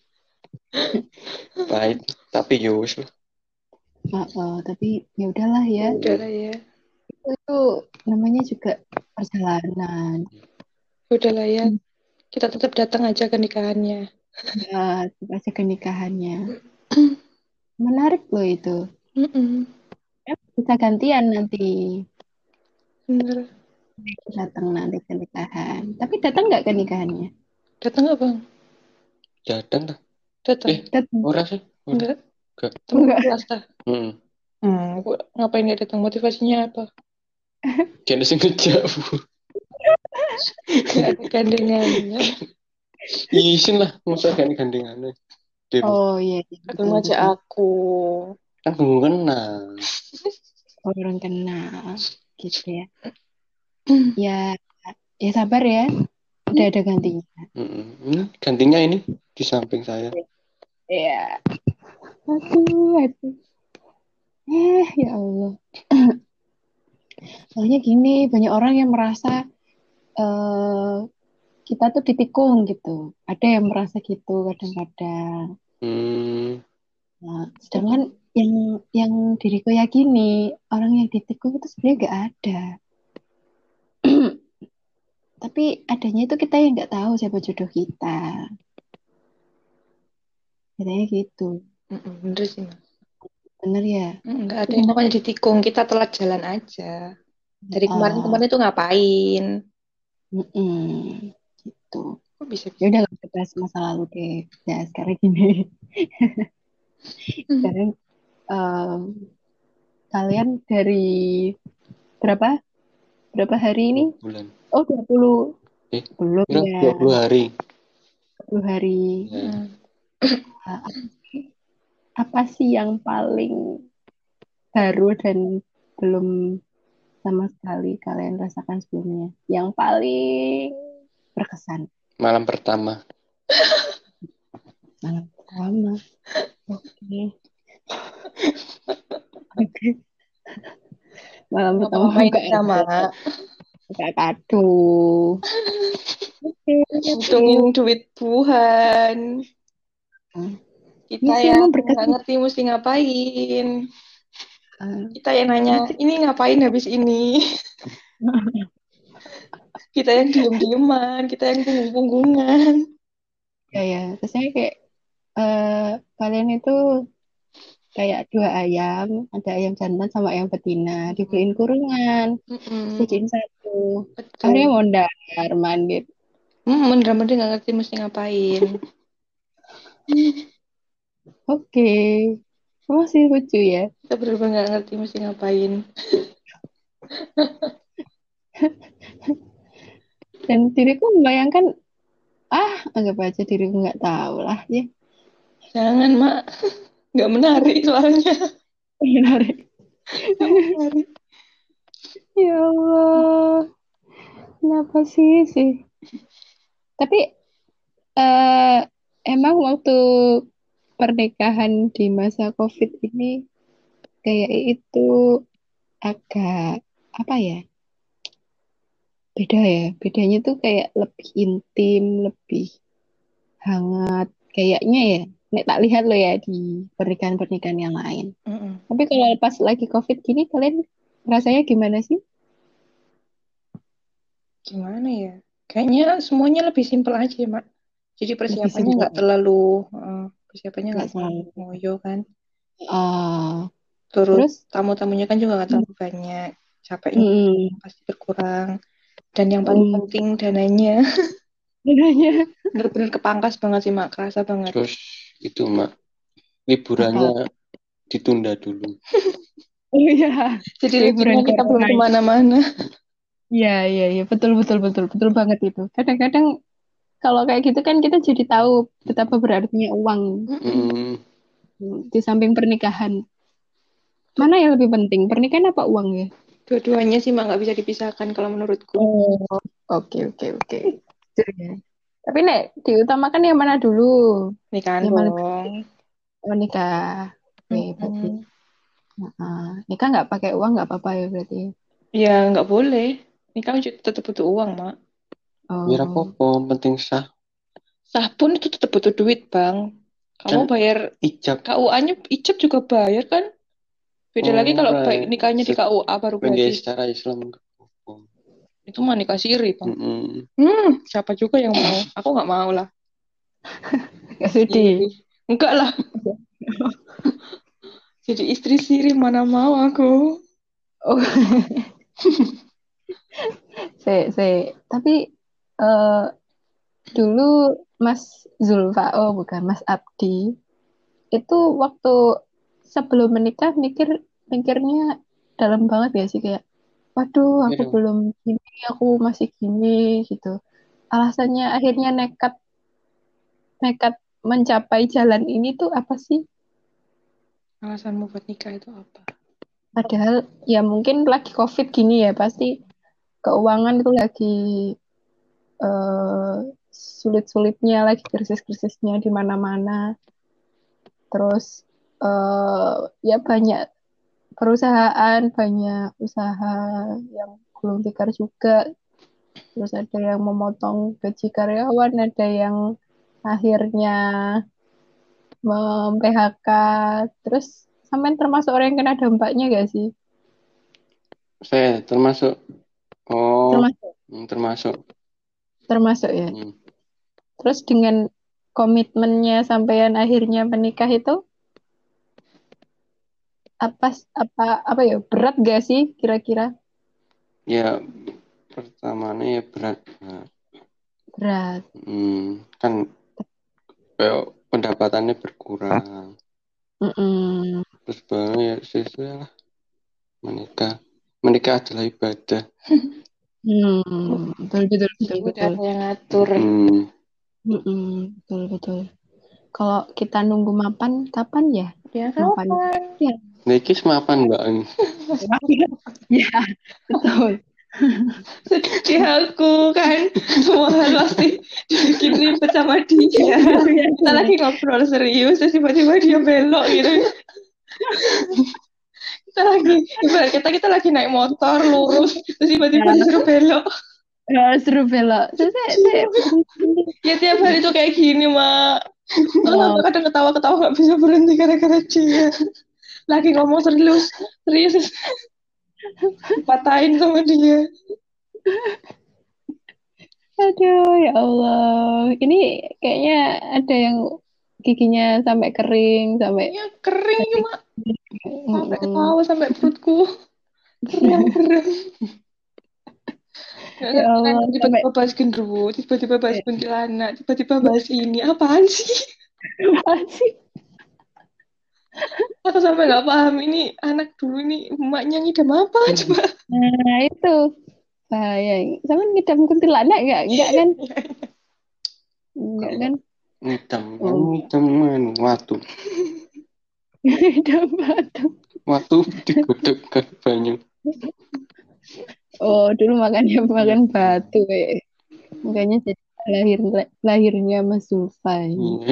Pahit, tapi yus lah. Tapi ya udahlah ya. Udahlah ya. Itu namanya juga perjalanan. Udahlah ya. Kita tetap datang aja ke nikahannya. Ya, aja ke nikahannya. Menarik loh itu. Bisa gantian nanti. Bener. Datang nanti ke nikahan. Tapi datang nggak ke nikahannya? Datang nggak bang? Datang dah. Datang. Datang. Ora sih. Ora. Enggak. Enggak. Temen Enggak. kelas dah. Ngapain nggak datang? Motivasinya apa? Kayaknya sih ngejak, Bu. Nggak ada gandengannya. Isin lah, masa kan gandengannya. Oh iya, Atau ngajak aku. Kan belum kenal. orang kenal gitu ya. Ya sabar ya. Udah ada gantinya. Gantinya ini di samping saya. Ya. Aduh. Ya Allah. Soalnya gini, banyak orang yang merasa kita tuh ditikung gitu. Ada yang merasa gitu kadang-kadang. Nah, sedangkan yang diriku yakini, orang yang ditikung itu sebenarnya nggak ada. Tapi adanya itu kita yang nggak tahu siapa jodoh kita. Katanya gitu. Bener sih mas. Bener ya? Nggak ada yang namanya ditikung, kita telat jalan aja. Dari kemarin itu ngapain? Gitu. Kok bisa? Ya udah kita bahas masa lalu deh. Ya sekarang gini. Sekarang kalian dari berapa hari ini? Bulan. Oh 20. Belum ya. 20 hari. 20 hari. Ya. Apa sih yang paling baru dan belum sama sekali kalian rasakan sebelumnya? Yang paling berkesan. Malam pertama. Malam pertama. Oke. Malam pertama main sama buka kado. Untungin duit Tuhan. Kita yang nggak ngerti mesti ngapain. Kita yang nanya, ini ngapain habis ini? Kita yang diem-dieman, kita yang punggung-punggungan. Ya. Terusnya kayak kalian itu kayak 2 ayam, ada ayam jantan sama ayam betina, dibeliin kurungan, dijadiin 1. Akhirnya mondar mandir. Mondar-mandir nggak ngerti mesti ngapain. Oke. Masih lucu ya. Kita bener-bener nggak ngerti mesti ngapain. Dan diriku membayangkan, anggap aja diriku nggak tahu lah ya. Jangan mak, nggak menarik soalnya. Menarik. Ya Allah, kenapa sih? Tapi emang waktu pernikahan di masa COVID ini kayak itu agak apa ya? Beda ya. Bedanya tuh kayak lebih intim, lebih hangat. Kayaknya ya. Nek tak lihat lo ya di pernikahan-pernikahan yang lain. Tapi kalau pas lagi COVID gini, kalian rasanya gimana sih? Gimana ya? Kayaknya semuanya lebih simpel aja ya, Mak. Jadi persiapannya nggak terlalu ngoyo kan. Terus tamu-tamunya kan juga nggak terlalu banyak. Capeknya pasti berkurang. Dan yang paling penting dananya. Bener-bener kepangkas banget sih, Mak. Kerasa banget. Terus itu, Mak. Liburannya ditunda dulu. Oh iya. Jadi liburan kita belum kemana-mana. Iya. Betul banget itu. Kadang-kadang kalau kayak gitu kan kita jadi tahu betapa berartinya uang. Di samping pernikahan. Mana yang lebih penting? Pernikahan apa uang ya? Dua-duanya sih, Mak, nggak bisa dipisahkan kalau menurutku. Oke. Tapi Nek, diutamakan yang mana dulu? Nikahan dong. Nikah. Oke, berarti. Nikah nggak pakai uang nggak apa-apa ya berarti? Ya, nggak boleh. Nikah tetap butuh uang, Mak. Biar apa-apa, penting sah. Sah pun itu tetap butuh duit, Bang. Kamu bayar ijab. KUA-nya, ijab juga bayar kan? Beda lagi kalau nikahnya di KUA baru gratis. Secara Islam. Itu mah nikah siri, Bang. Siapa juga yang mau? Aku nggak mau lah. Nggak sudi. Enggak lah. Jadi istri siri mana mau aku. Oh. Tapi dulu Mas Zulfa, oh bukan Mas Abdi, itu waktu sebelum menikah mikirnya dalam banget ya sih kayak, waduh aku Iya, belum gini, aku masih gini gitu. Alasannya akhirnya nekat nekat mencapai jalan ini tuh apa sih? Alasanmu buat nikah itu apa? Padahal ya mungkin lagi COVID gini ya pasti keuangan itu lagi eh, sulit-sulitnya, lagi krisis-krisisnya di mana-mana. Terus ya banyak perusahaan, banyak usaha yang gulung tikar juga. Terus ada yang memotong gaji karyawan, ada yang akhirnya mem-PHK. Terus sampai termasuk orang yang kena dampaknya gak sih? saya termasuk. Oh, Termasuk, termasuk. termasuk ya. Hmm. Terus dengan komitmennya sampean akhirnya menikah itu apa apa ya berat gak sih kira-kira? Ya, pertamanya ya berat. Nah, Berat. kan kayak pendapatannya berkurang. Mm-mm. Terus baru ya sesuai lah menikah. Menikah adalah ibadah. Betul betul Jadi betul udah betul. ada yang ngatur. Mm-mm. Betul betul. Kalau kita nunggu mapan, kapan ya? Ya Mapan. kapan? Ya, Niki semapan mbak. ya, betul. Sedih aku kan. Semua hal pasti bikin ribet sama dia. Kita lagi ngobrol serius, terus tiba-tiba dia belok gitu. Kita lagi, ibarat kita lagi naik motor lurus, terus tiba-tiba disuruh belok. Seru belok. Saya Ya tiap hari tuh kayak gini, Mak. Aku oh, sampai kadang ketawa-ketawa nggak bisa berhenti gara-gara dia. Lagi ngomong serius, serius dipatahin sama dia. aduh, ya Allah. Ini kayaknya ada yang giginya sampai kering, sampai Ya kering cuma sampai Mm-mm. ketawa sampai perutku kram-kram. Nggak Ya ngerti kan Allah, sampai tiba-tiba bahas genderuwo, tiba-tiba bahas kuntilanak, tiba-tiba bahas ini. Apaan sih? sih. Aku sampai nggak paham ini anak dulu ini emaknya ngidam apa coba. Nah, itu bahaya. Sama ngidam kuntilanak enggak kan? Enggak Kalau kan? ngidam, Oh, ngidam waktu. ngidam batu. Waktu digodok ke banyu. Oh, dulu makannya makan batu kayak. Makanya jadi lahirnya Mas Zulfa ini. Iya.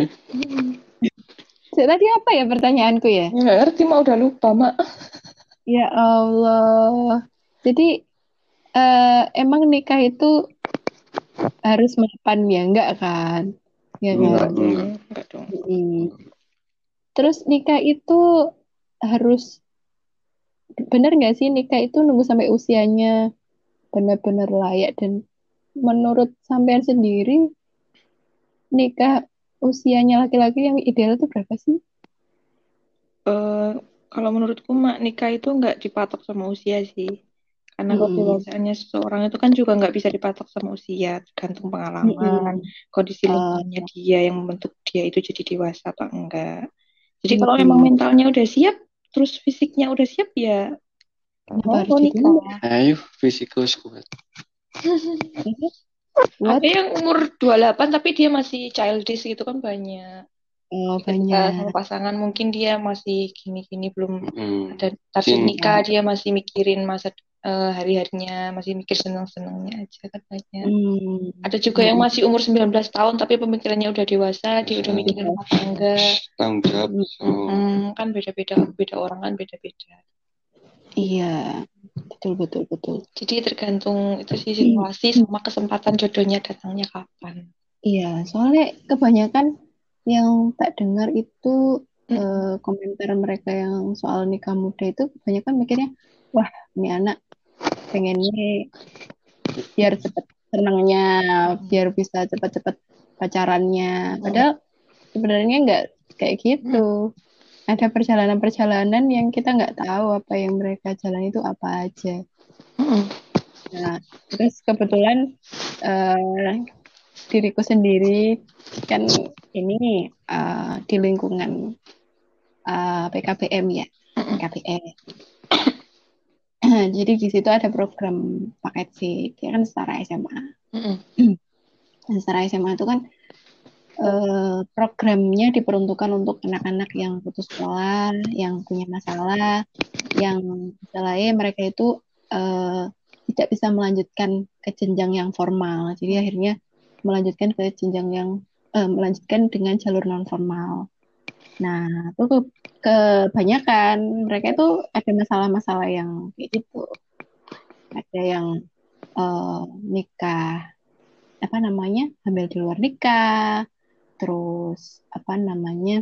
Tadi apa ya pertanyaanku ya? Nggak ngerti, mak udah lupa, mak. Ya Allah. Jadi emang nikah itu harus mapan ya, enggak kan? Ya Enggak, kan? enggak. Enggak dong. Terus nikah itu harus benar nggak sih nikah itu nunggu sampai usianya benar-benar layak dan menurut sampean sendiri nikah usianya laki-laki yang ideal itu berapa sih? Eh, kalau menurutku mak nikah itu nggak dipatok sama usia sih. Karena Mm-mm. kedewasaannya seseorang itu kan juga nggak bisa dipatok sama usia, tergantung pengalaman, Mm-mm. kondisi Uh, lingkungannya dia yang membentuk dia itu jadi dewasa apa enggak. Jadi kalau memang mm-mm. mentalnya udah siap, terus fisiknya udah siap ya, Kenapa mau harus nikah. ditunda? Ayo, fisikal kuat. Buat Ada yang umur 28 tapi dia masih childish gitu kan banyak. Ketika sama banyak. pasangan mungkin dia masih gini-gini belum ada target Cinta. nikah, dia masih mikirin masa hari-harinya, masih mikir senang-senangnya aja kan banyak. Hmm. Ada juga yang masih umur 19 tahun tapi pemikirannya udah dewasa, dia udah mikirin rumah tangga. Tanggung jawab. Kan beda-beda, beda orang kan beda-beda. Iya, betul betul betul. Jadi tergantung itu sih situasi sama kesempatan jodohnya datangnya kapan. Iya, soalnya kebanyakan yang tak dengar itu Mm. komentar mereka yang soal nikah muda itu kebanyakan mikirnya, wah ini anak pengennya biar cepet senangnya, biar bisa cepet-cepet pacarannya. Padahal sebenarnya nggak kayak gitu. Ada perjalanan-perjalanan yang kita nggak tahu apa yang mereka jalan itu apa aja. Mm. Nah, terus kebetulan eh, diriku sendiri kan ini di lingkungan PKBM ya, PKBM. Jadi di situ ada program paket C, dia kan setara SMA. Dan setara SMA itu kan programnya diperuntukkan untuk anak-anak yang putus sekolah, yang punya masalah, yang misalnya mereka itu tidak bisa melanjutkan ke jenjang yang formal. Jadi akhirnya melanjutkan ke jenjang yang melanjutkan dengan jalur non formal. Nah, itu kebanyakan mereka itu ada masalah-masalah yang kayak gitu. Ada yang nikah, apa namanya, hamil di luar nikah, terus apa namanya,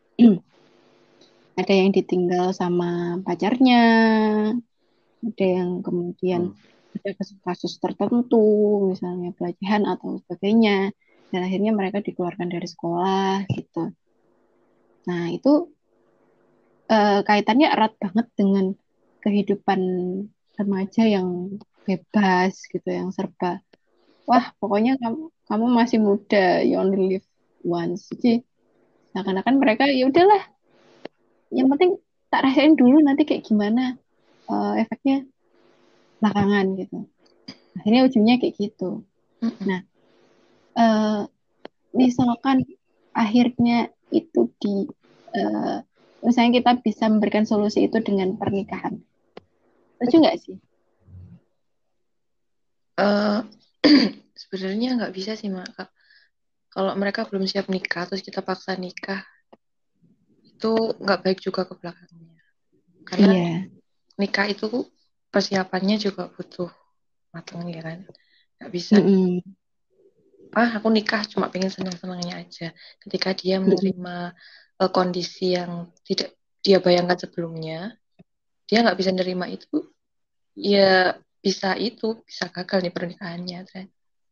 ada yang ditinggal sama pacarnya, ada yang kemudian ada kasus-kasus tertentu, misalnya pelecehan atau sebagainya, dan akhirnya mereka dikeluarkan dari sekolah gitu. Nah, itu kaitannya erat banget dengan kehidupan remaja yang bebas gitu, yang serba, wah pokoknya kamu masih muda, you only live once. Jadi seakan-akan mereka ya udahlah, yang penting tak rasain dulu nanti kayak gimana efeknya belakangan gitu. Akhirnya ujungnya kayak gitu. Nah, misalkan akhirnya itu misalnya kita bisa memberikan solusi itu dengan pernikahan. Setuju nggak sih? Sebenarnya nggak bisa sih, Mak. Kalau mereka belum siap nikah, terus kita paksa nikah, itu nggak baik juga ke belakangnya. Karena nikah itu persiapannya juga butuh matang, ya kan? Nggak bisa, aku nikah cuma pengen senang-senangnya aja. Ketika dia menerima kondisi yang tidak dia bayangkan sebelumnya, dia nggak bisa menerima itu, ya bisa gagal nih pernikahannya, kan?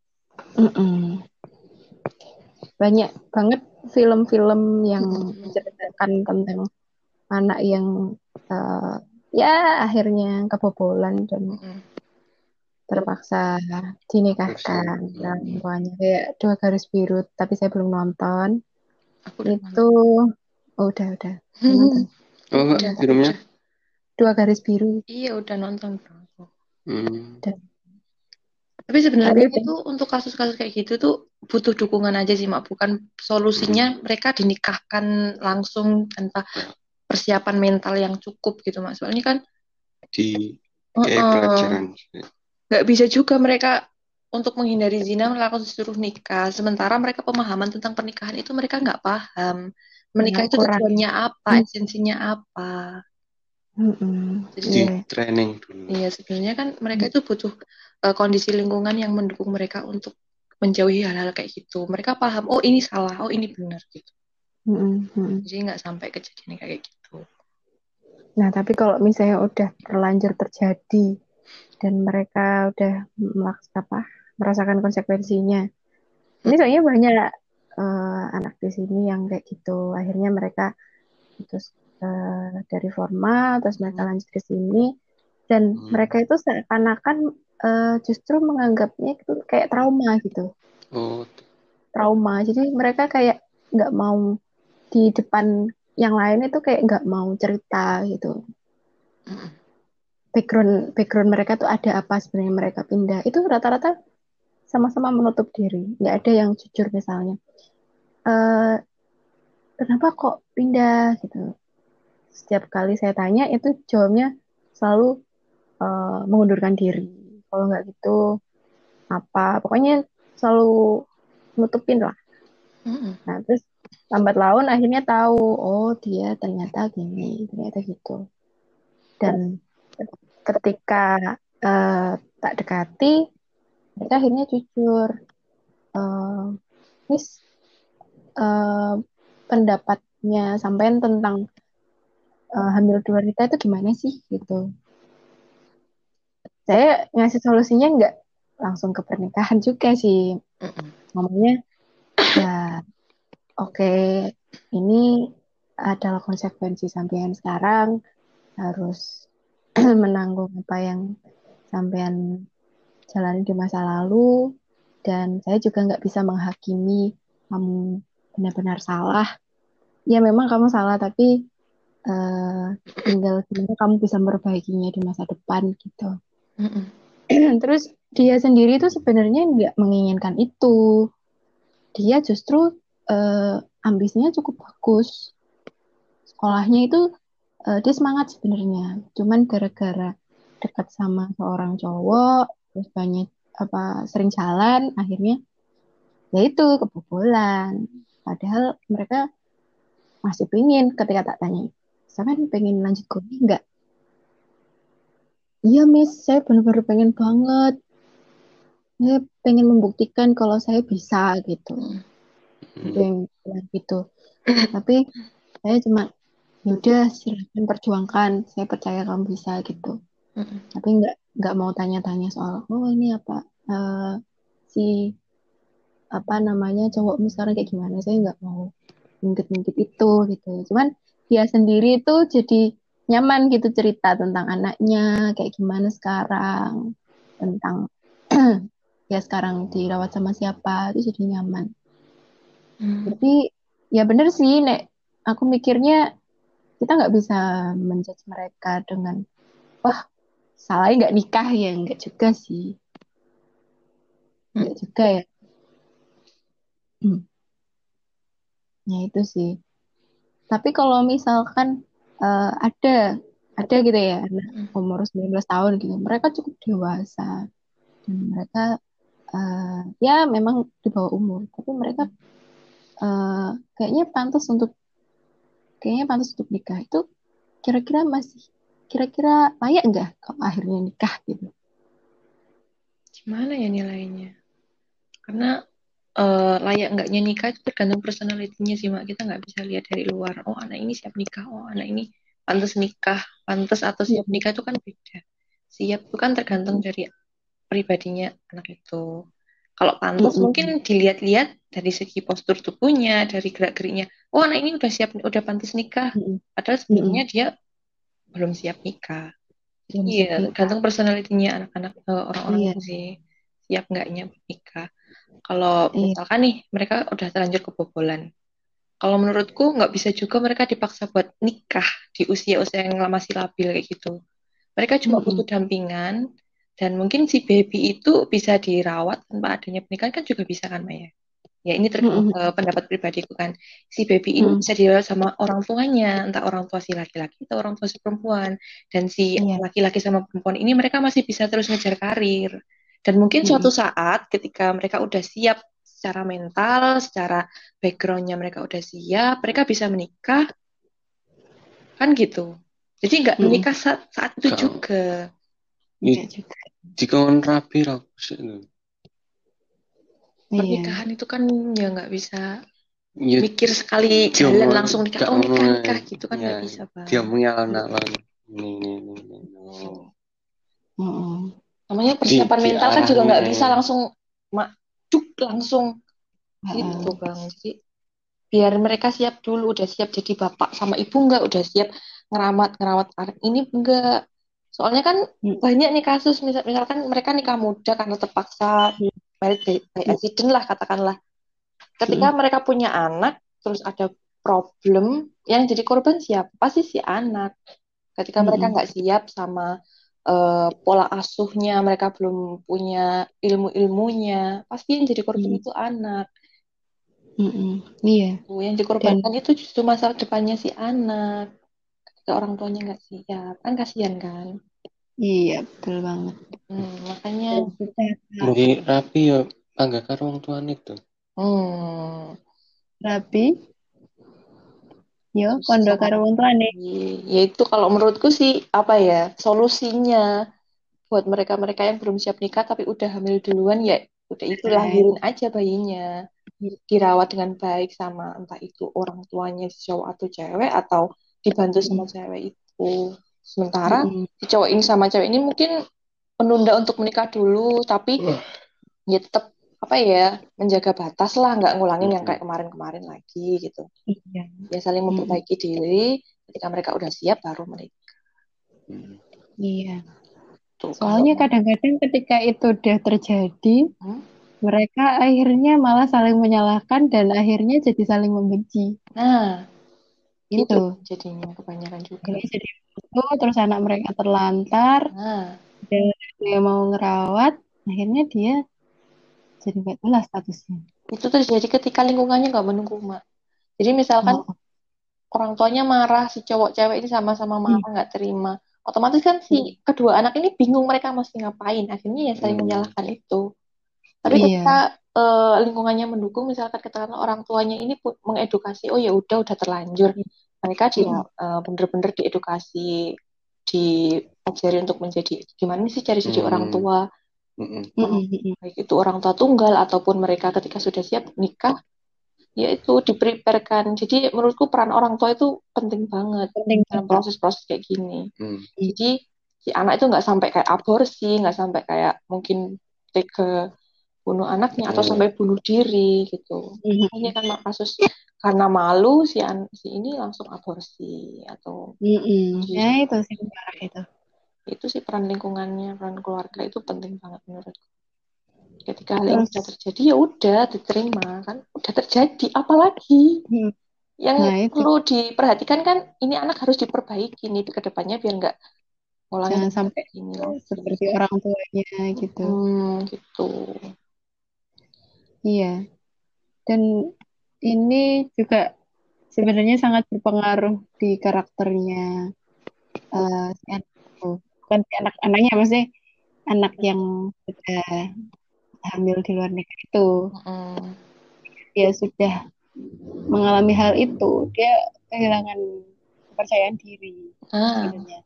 Banyak banget film-film yang menceritakan tentang anak yang ya akhirnya kebobolan dan terpaksa dinikahkan. Dan pokoknya kayak 2 Garis Biru, tapi saya belum nonton. Itu udah nonton. Filmnya 2 Garis Biru. Iya, udah nonton, bro. Tapi sebenarnya itu untuk kasus-kasus kayak gitu tuh butuh dukungan aja sih, Mak. Bukan solusinya mereka dinikahkan langsung tanpa persiapan mental yang cukup gitu, Mak. Soalnya kan kayak pelajaran. Nggak bisa juga mereka untuk menghindari zina melakukan disuruh nikah. Sementara mereka pemahaman tentang pernikahan itu mereka nggak paham. Menikah itu tujuannya apa, esensinya apa. Jadi training dulu. Iya, sebenarnya kan mereka itu butuh kondisi lingkungan yang mendukung mereka untuk menjauhi hal-hal kayak gitu. Mereka paham, oh ini salah, oh ini benar gitu. Jadi nggak sampai kejadian kayak gitu. Nah, tapi kalau misalnya udah terlanjur terjadi dan mereka udah merasakan konsekuensinya, ini soalnya banyak anak di sini yang kayak gitu. Akhirnya mereka putus dari formal, terus mereka lanjut ke sini, dan mereka itu seakan-akan justru menganggapnya itu kayak trauma gitu. Trauma. Jadi mereka kayak nggak mau di depan yang lain itu kayak nggak mau cerita gitu. Background mereka tuh ada apa sebenarnya mereka pindah. Itu rata-rata sama-sama menutup diri. Nggak ada yang jujur misalnya. Kenapa kok pindah gitu. Setiap kali saya tanya itu jawabnya selalu mengundurkan diri. Kalau nggak gitu apa, pokoknya selalu nutupin lah. Nah, terus lambat laun akhirnya tahu, oh dia ternyata gini, ternyata gitu. Dan ketika tak dekati, mereka akhirnya jujur. Pendapatnya sampean tentang hamil di luar nikah itu gimana sih gitu. Saya ngasih solusinya nggak langsung ke pernikahan juga sih. Ngomongnya ya oke, ini adalah konsekuensi sampean sekarang, harus menanggung apa yang sampean jalani di masa lalu. dan saya juga nggak bisa menghakimi kamu benar-benar salah. Ya memang kamu salah, tapi tinggal gimana kamu bisa memperbaikinya di masa depan gitu. Terus dia sendiri itu sebenarnya nggak menginginkan itu. Dia justru ambisinya cukup bagus. Sekolahnya itu dia semangat sebenarnya. Cuman gara-gara dekat sama seorang cowok, terus banyak sering jalan, akhirnya ya itu kebobolan. Padahal mereka masih pengen ketika tak tanya, saya pengen lanjut kuliah nggak? Iya, Miss, saya benar-benar pengen banget. Saya pengen membuktikan kalau saya bisa gitu. Itu yang bilang gitu. Tapi saya cuma, yaudah silahkan perjuangkan. Saya percaya kamu bisa gitu. Tapi nggak mau tanya-tanya soal, oh ini apa si apa namanya cowokmu sekarang kayak gimana? Saya nggak mau ngungkit-ngungkit itu gitu. Cuman dia sendiri itu jadi nyaman gitu cerita tentang anaknya kayak gimana sekarang, tentang ya sekarang dirawat sama siapa, itu jadi nyaman. Tapi ya bener sih, Nek. Aku mikirnya kita nggak bisa menjudge mereka dengan, wah, salahnya nggak nikah ya, nggak juga sih. Nggak juga ya. Ya itu sih. Tapi kalau misalkan ada gitu ya, anak umur 19 tahun gitu, mereka cukup dewasa. Dan mereka ya memang di bawah umur, tapi mereka eh, kayaknya pantas untuk nikah. Itu kira-kira layak nggak kalau akhirnya nikah gitu? Gimana ya nilainya? Karena layak enggaknya nikah itu tergantung personalitinya sih, Mak. Kita nggak bisa lihat dari luar. Oh, anak ini siap nikah. Oh, anak ini pantas nikah. Pantas atau siap nikah itu kan beda. Siap itu kan tergantung dari pribadinya anak itu. Kalau pantas mungkin dilihat-lihat dari segi postur tubuhnya, dari gerak-geriknya. Oh, anak ini udah siap, udah pantas nikah. Padahal sebelumnya dia belum siap nikah. Iya, tergantung personalitinya anak-anak orang-orang Iya. itu sih siap nggaknya nikah. Kalau misalkan nih mereka udah terlanjur kebobolan, kalau menurutku nggak bisa juga mereka dipaksa buat nikah di usia-usia yang masih labil kayak gitu. Mereka cuma butuh dampingan dan mungkin si baby itu bisa dirawat tanpa adanya pernikahan kan juga bisa kan Maya? Ya ini pendapat pribadiku kan. Si baby ini bisa dirawat sama orang tuanya, entah orang tua si laki-laki atau orang tua si perempuan. Dan si laki-laki sama perempuan ini mereka masih bisa terus ngejar karir. Dan mungkin suatu saat ketika mereka udah siap secara mental, secara backgroundnya mereka udah siap, mereka bisa menikah, kan gitu. Jadi nggak menikah saat itu juga. Jika rapi sih pernikahan itu kan ya nggak bisa mikir sekali jalan langsung nikah nikah gitu kan nggak bisa Bang. Dia mengalon-alon namanya persiapan mental kan juga nggak bisa langsung langsung gitu Bang. Jadi biar mereka siap dulu, udah siap jadi bapak sama ibu nggak, udah siap ngerawat anak ini enggak. Soalnya kan banyak nih kasus misalkan mereka nikah muda karena terpaksa married by accident lah katakanlah. Ketika mereka punya anak terus ada problem yang jadi korban siapa? Pasti si anak. Ketika mereka nggak siap sama pola asuhnya, mereka belum punya ilmunya, pasti yang jadi korban itu anak. Iya. Yang dikorbankan itu justru masa depannya si anak. Ketika orang tuanya nggak siap, kan kasihan kan? Iya, betul banget. Makanya jadi rapi ya tangga karo wong tuane itu. Rapi yo kondo karo wong tuane. Ya itu kalau menurutku sih apa ya solusinya buat mereka-mereka yang belum siap nikah tapi udah hamil duluan ya udah itu lahirin aja bayinya, dirawat dengan baik sama entah itu orang tuanya si cowok atau cewek atau dibantu sama cewek itu. Sementara si cowok ini sama cewek ini mungkin menunda untuk menikah dulu tapi ya tetap apa ya menjaga batas lah, nggak ngulangin yang kayak kemarin-kemarin lagi gitu. Ya saling memperbaiki diri, ketika mereka udah siap baru menikah. Iya. Soalnya kadang-kadang ketika itu udah terjadi, mereka akhirnya malah saling menyalahkan dan akhirnya jadi saling membenci. Nah, itu Itu. jadinya kebanyakan juga. Akhirnya jadi itu, terus anak mereka terlantar, Nah, dan dia mau ngerawat, akhirnya dia jadi nggak jelas statusnya. itu terjadi ketika lingkungannya nggak mendukung, Mak. Jadi misalkan Oh, orang tuanya marah, si cowok cewek ini sama-sama hmm, marah, nggak terima. Otomatis kan si kedua anak ini bingung mereka mesti ngapain. Akhirnya ya saling menyalahkan itu. Tapi iya, ketika lingkungannya mendukung, misalkan katakanlah orang tuanya ini mengedukasi, oh ya udah terlanjur. Mereka dia mm-mm, bener-bener diedukasi, diajari untuk menjadi gimana sih cari jadi orang tua, mm-mm. baik itu orang tua tunggal ataupun mereka ketika sudah siap nikah, yaitu dipreparekan. Jadi menurutku peran orang tua itu penting banget Penting dalam juga. proses-proses kayak gini. Hmm. Jadi si anak itu nggak sampai kayak aborsi, nggak sampai kayak mungkin tega bunuh anaknya atau sampai bunuh diri gitu. Mhm, Ini kan kasus karena malu si ini langsung aborsi atau mm-mm. Ya diri. itu sih parah itu. Itu sih peran lingkungannya, peran keluarga itu penting banget menurutku. Ketika hal ini Terus, sudah terjadi ya udah diterima kan, udah terjadi apalagi hmm, yang nah itu perlu diperhatikan kan ini anak harus diperbaiki nih ke depannya biar nggak ngulangin jangan kayak sampai gini lagi. seperti orang tuanya gitu. Gitu. Iya, dan ini juga sebenarnya sangat berpengaruh di karakternya si anak itu. Bukan si anak-anaknya, maksudnya anak yang sudah hamil di luar nikah itu. Mm-mm. Dia sudah mengalami hal itu, dia kehilangan kepercayaan diri Ah, sebenarnya.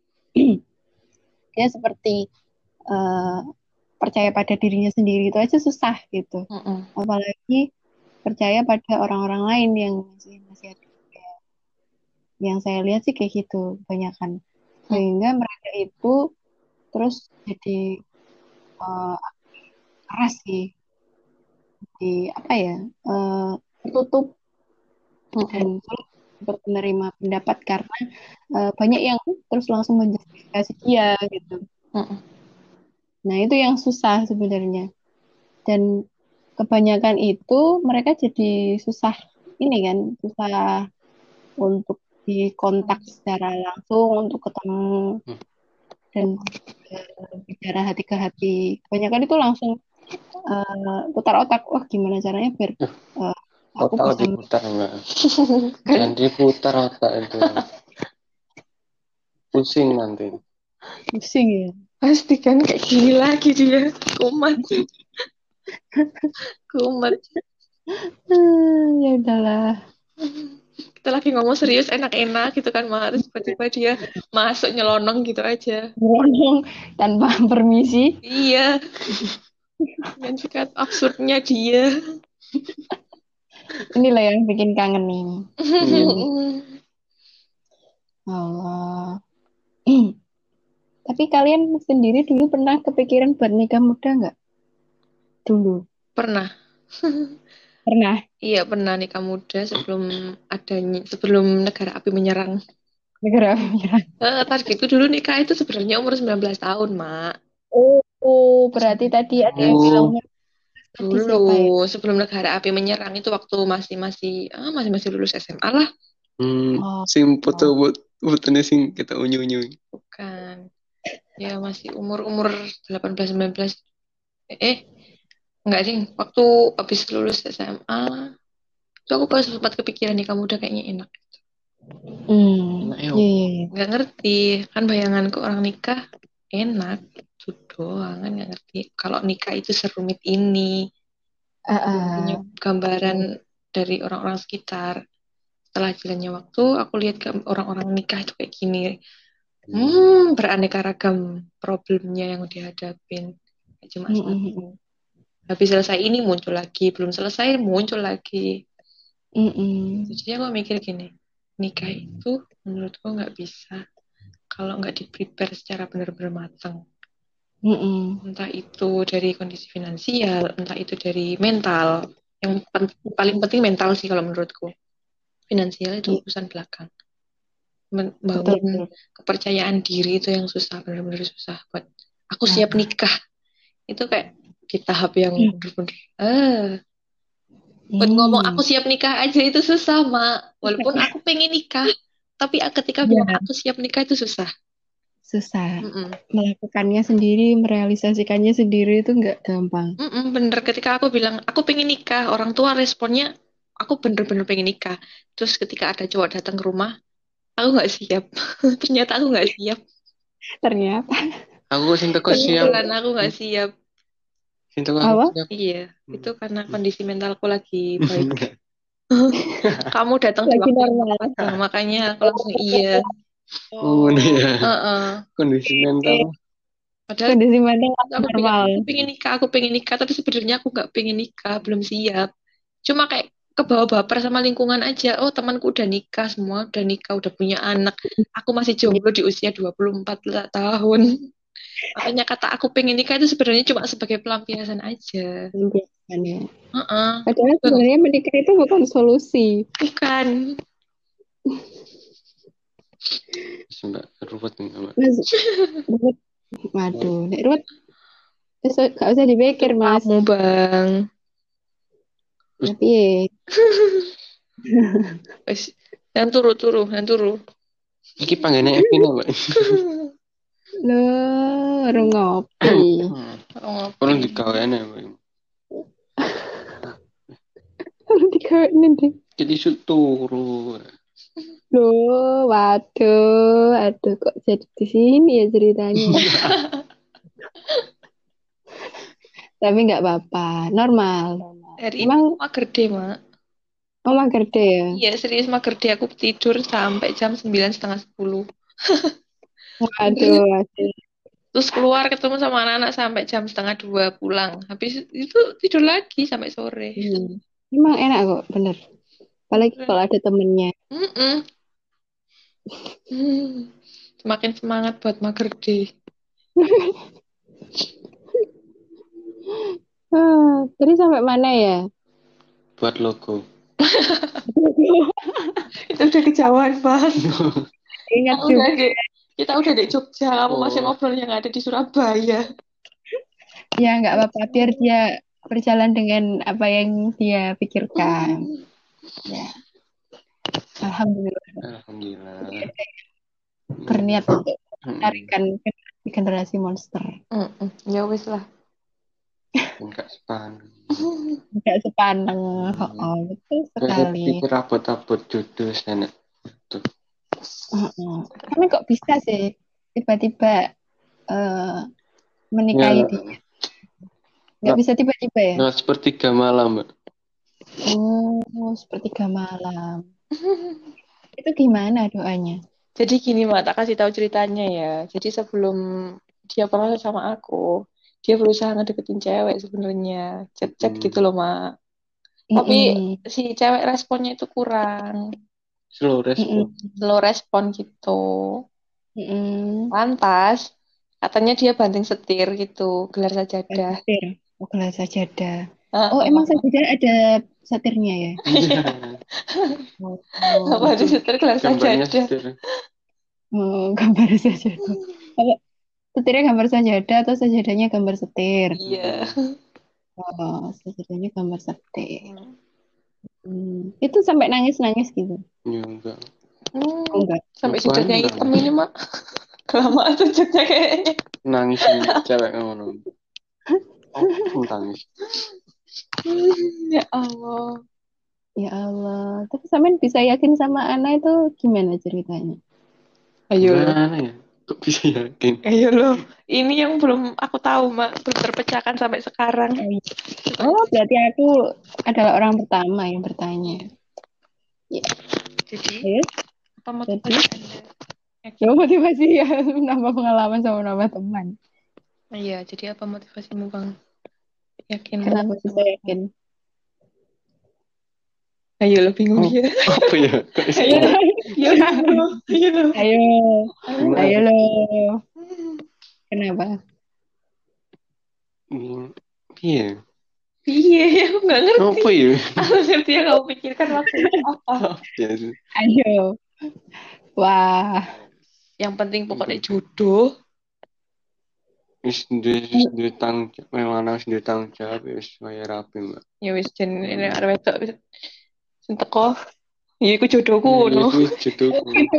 Dia seperti eh, percaya pada dirinya sendiri itu aja susah gitu. mm-mm. Apalagi percaya pada orang-orang lain yang masih ada. Yang saya lihat sih kayak gitu kebanyakan. Mm. Sehingga mereka itu terus jadi eh, keras sih di apa ya eh, tertutup dan Mm-mm. sulit untuk menerima pendapat karena banyak yang terus langsung menjustifikasi dia gitu. Mm-mm. Nah itu yang susah sebenarnya dan kebanyakan itu mereka jadi susah ini kan susah untuk dikontak secara langsung untuk ketemu dan bicara hati ke hati. Kebanyakan itu langsung putar otak. Wah, gimana caranya biar eh, aku Otak bisa diputar enggak? Kan Jangan diputar otak itu. Pusing nanti. pusing ya. pasti kan kayak gini lagi dia kumat kumat. Ya udahlah. Kita lagi ngomong serius enak-enak gitu kan Mak. Terus tiba-tiba dia masuk nyelonong gitu aja. Ngomong tanpa permisi. Iya, dengan sikap absurdnya dia. Inilah yang bikin kangen nih. Hmm. Allah. Tapi kalian sendiri dulu pernah kepikiran buat nikah muda nggak? Dulu. Pernah. Pernah. Iya, pernah nikah muda sebelum negara api menyerang. Negara Emirat. Targetku dulu nikah itu sebenarnya umur 19 tahun, Mak. Oh, berarti tadi ada yang bilang Oh, tadi Dulu siapa ya? sebelum negara api menyerang itu waktu masih lulus SMA lah, Oh, sing foto oh. buat fotonya sing kita unyu-unyu. bukan. Ya masih umur-umur 18 19. Eh, enggak sih. Waktu habis lulus SMA, itu aku pas sempat kepikiran nikah muda kayaknya enak. Enak ya. Iya, iya, iya. Nggak ngerti, kan bayanganku orang nikah enak. Itu doang kan nggak ngerti. Kalau nikah itu serumit ini. Ah, Belum punya ah. gambaran dari orang-orang sekitar. Setelah jalannya waktu, aku lihat orang-orang nikah itu kayak gini. Beraneka ragam problemnya yang dihadapin. Gak cuma Mm, mm, satu. Habis selesai ini muncul lagi, belum selesai muncul lagi. mm, mm, Jadi aku mikir gini, nikah itu menurutku nggak bisa kalau nggak di-prepare secara benar-benar matang. mm, mm. Entah itu dari kondisi finansial, entah itu dari mental. Yang paling penting mental sih kalau menurutku. Finansial itu Iya, urusan belakang. betul, Membangun betul. kepercayaan diri itu yang susah, benar-benar susah buat aku Nah, siap nikah. Itu kayak di tahap yang bener-bener buat ngomong aku siap nikah aja itu susah, Mak. Walaupun aku pengen nikah, tapi ketika bilang Ya, aku siap nikah itu susah. susah. Mm-mm. Melakukannya sendiri, merealisasikannya sendiri itu nggak gampang. Bener, ketika aku bilang aku pengen nikah, orang tua responnya aku bener-bener pengen nikah. Terus ketika ada cowok datang ke rumah, aku nggak siap. Ternyata aku nggak siap. Ternyata. Aku sing teko siap. Beneran aku nggak siap. Sing teko aku Apa? siap. Iya, itu karena kondisi mentalku lagi baik. Kamu datang di Lagi waktu yang normal. tepat, Bang. Makanya aku langsung iya. Oh, ya. Heeh. Kondisi mental. Padahal Kondisi mental aku bilang normal. aku pengen nikah, tapi sebenarnya aku nggak pengen nikah, belum siap. Cuma kayak ke bawah baper sama lingkungan aja. Oh, temanku udah nikah, semua udah nikah, udah punya anak. Aku masih jomblo di usia 24 tahun. Makanya kata aku pengen nikah itu sebenarnya cuma sebagai pelampiasan aja. Membiasakan ya. Heeh. Padahal sebenarnya menikah itu bukan solusi. Bukan. Mbak ruwet nih, Mbak. Mas, Ruwet. Waduh, nek Ruwet, gak usah dipikir, Mas. Kamu, Bang. Tapi Wes, yang turu. Iki panggilnya Evina, Mbak. lo orang ngopi. Oh, Orang digaweane, Mbak. Orang dikawetin deh. Jadi isu turu. Loh, waduh, aduh kok jadi di sini ya ceritanya. Tapi nggak apa-apa, normal. hari ini Emang mager deh, Mak. mager deh ya. Iya, serius mager deh. Aku tidur sampai jam 9 setengah 10. Waduh, waduh. Terus keluar ketemu sama anak-anak sampai jam setengah 2 pulang. Habis itu tidur lagi sampai sore. Emang enak kok, bener. Apalagi kalau ada temennya. Mm-mm. Hmm. Semakin semangat buat mager deh. Tadi sampai mana ya? Buat logo. Itu udah kejauhan, Bang. Ingat juga. Kita udah di Jogja, kamu masih ngobrol yang ada di Surabaya. Ya nggak apa-apa, biar dia berjalan dengan apa yang dia pikirkan. Ya, alhamdulillah. Alhamdulillah. Berniat untuk mencarikan generasi monster. Ya wis lah. Enggak sepan. Nggak sepandang. Oh, betul sekali. Pikir abot-abot jodoh sana. Tapi kok bisa sih tiba-tiba menikahi Ya, dia? Nggak bisa tiba-tiba ya? nah, sepertiga malam, Mbak. Oh, sepertiga malam. Itu gimana doanya? Jadi gini, Mak, tak kasih tahu ceritanya ya. Jadi sebelum dia pernah sama aku, dia berusaha ngedeketin cewek sebenarnya. Chat-chat gitu loh, Mak. Tapi si cewek responnya itu kurang. Slow respon. Slow respon gitu. Lantas, katanya dia banting setir gitu, gelar sajadah. Setir. Oh, gelar sajadah. Oh, emang sajadah ada satirnya ya? Banting setir gelar Gambarnya sajadah. setir. Oh, gambar sajadah. Kalau setirnya gambar sajadah atau sajadahnya gambar setir? Iya. Oh, sajadahnya gambar setir. Itu sampai nangis-nangis gitu? Ya, enggak. Oh, enggak. Sampai sujudnya hitam ini, Mak. Kelamaan sujudnya kayaknya. Nangis cewek ngono. Oh, nangis. Ya Allah. Ya Allah. Tapi sampean bisa yakin sama Ana itu gimana ceritanya? Ayo Gimana ya? Kok bisa yakin? Ayo loh. Ini yang belum aku tahu, Mak. Belum terpecahkan sampai sekarang. Oh, berarti aku adalah orang pertama yang bertanya. Ya. Jadi, apa motivasi Anda? Ya, motivasi ya, nambah pengalaman sama nambah teman. Iya, jadi apa motivasimu, Bang? Yakin. Kenapa bisa yakin? Ayo lo bingung ya. Apa ya? Ayo lo. Kenapa? Iya. Iya, aku nggak ngerti. Apa ya? Aku ngerti yang kamu pikirkan waktu itu apa. Ayo. Wah. Yang penting pokoknya jodoh. Wis duwe tanggung jawab, memang harus duwe tanggung jawab wis kaya rapi, Mbak. Ya wis jen ini arep wedok wis sing teko. Ya iku jodohku Iya, ngono. wis jodohku. Gitu.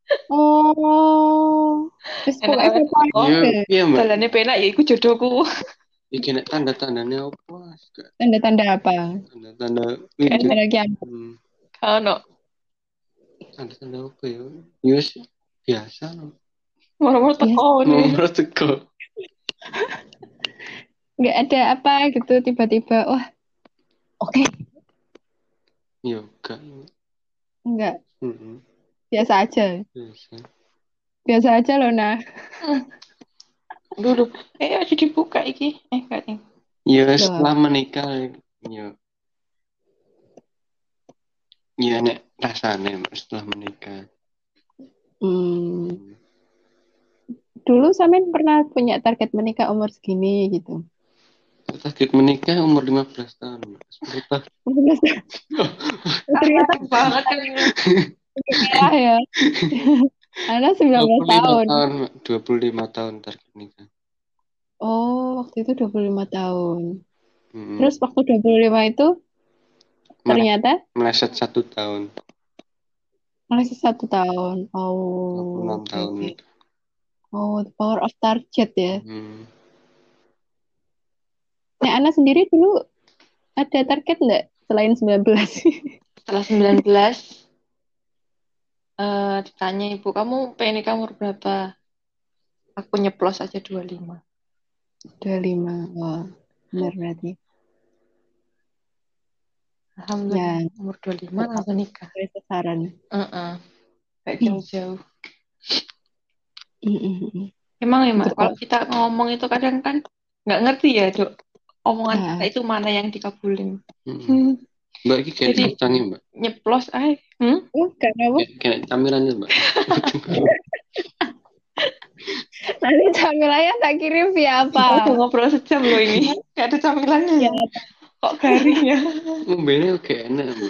Oh, terus Enak pokoknya arep siapa teko. Iya, aja. iya, Mbak. Dalane penak ya iku jodohku. Iki nek tanda-tandane apa? Gak Tanda-tanda apa? tanda-tanda Kayak itu. Tanda kiamat. Ono Tanda-tanda apa ya? Ya wis biasa no. moro-moro teko nih. Nomor teko. Nggak ada apa gitu tiba-tiba. Wah, oke. Ya gak. Enggak. Heeh. Biasa aja. Biasa. Biasa aja loh, nah. Dulu. Aja dibuka iki. Gak nih. Ya Loh. setelah menikah ya. Ya nek rasane Mbak, setelah menikah. Dulu Samin pernah punya target menikah umur segini gitu. Target menikah umur 15 tahun, Mbak. 10 tahun. Ternyata banget kan. merah ya. Anak 19 tahun. 25 tahun target nikah. Oh, waktu itu 25 tahun. Hmm. Terus waktu 25 itu ternyata meleset 1 tahun. masih 1 tahun. Oh, 26 oke, tahun. oke. Oh, the power of target ya. Nah, Ana sendiri dulu ada target nggak selain 19? Setelah 19 ditanya ibu, kamu pengen nikah umur berapa? Aku nyeplos aja 25. 25. Wah, benar berarti. Alhamdulillah, Ya, umur 25 langsung nikah. sasaran. Gak jauh-jauh. Mm-mm. Emang ya, Mak, Betul. kalau kita ngomong itu kadang kan nggak ngerti ya, Dok. Omongan Nah. kita itu mana yang dikabulin. Mbak, ini kayak Jadi, kacangnya, Mbak. nyeplos aja. Kenapa? Kayak camilannya, Mbak. Nanti camilannya tak kirim via apa? Udah ngobrol sejam loh ini. Gak ada camilannya. Ya. Kok garing ya? Ngombenya kayak enak, Mbak.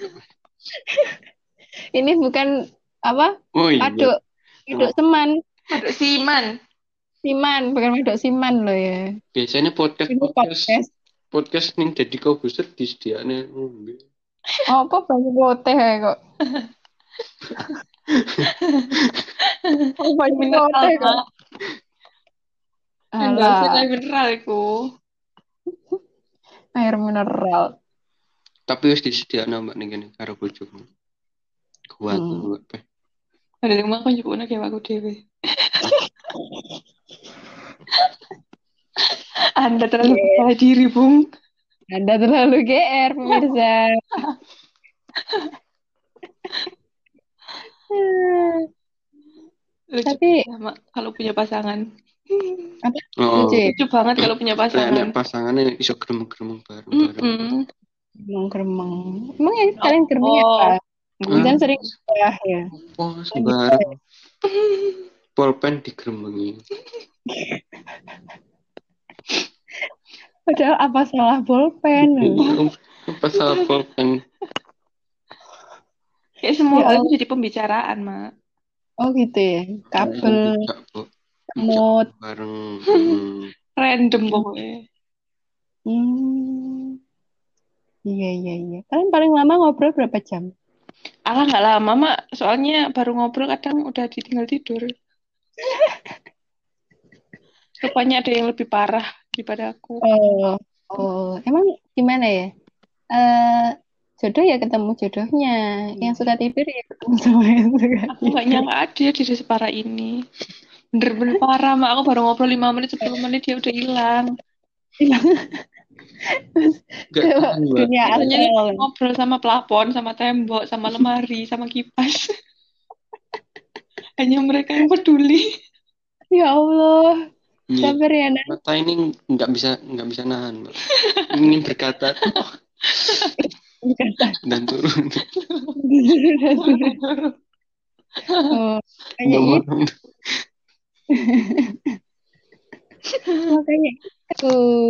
Ini bukan apa? Oh iya. Aduk seman. Aduk siman. Siman, bukan aduk siman loh ya. Biasanya podcast nih jadi kau buset disediaannya ngombe. Oh, apa banyak poteh ya kok? Oh, banyak Mineral, poteh kok. Endorse air mineral itu. Air mineral. Tapi wis disediakno Mbak ning kene karo bojoku. Kuat Mbak. Ada yang mau nyebutnya kayak aku dewe. Anda terlalu percaya diri, Bung. Anda terlalu GR, pemirsa. Lucu Tapi sama kalau punya pasangan. apa? Lucu banget kalau punya pasangan. Pasangannya iso gremeng-gremeng bareng-bareng. Gremeng. Emang ya kalian gremeng apa? Kan sering ya. Oh, sembarang. Pulpen digremengi. Padahal apa salah bolpen? Apa salah pulpen? Kayak semua hal itu jadi pembicaraan, Mak. Oh gitu ya. Kabel, mood, bareng. Random pokoknya. Iya. Kalian paling lama ngobrol berapa jam? Alah nggak lama, Mak. Soalnya baru ngobrol kadang udah ditinggal tidur. Rupanya ada yang lebih parah daripada aku. Oh, emang gimana ya? Jodoh ya ketemu jodohnya. Yang suka tidur ya ketemu sama yang suka Aku nggak nyangka ada di separah ini. Bener-bener parah, Mak. Aku baru ngobrol 5 menit, 10 menit dia udah hilang. Dunia astral. Ngobrol sama plafon, sama tembok, sama lemari, sama kipas. Hanya mereka yang peduli. Ya Allah. Sabar ya, Nak. Mata ini nggak bisa nahan, Mbak. Ingin berkata dan turun. Oh, kayak gitu. Makanya itu.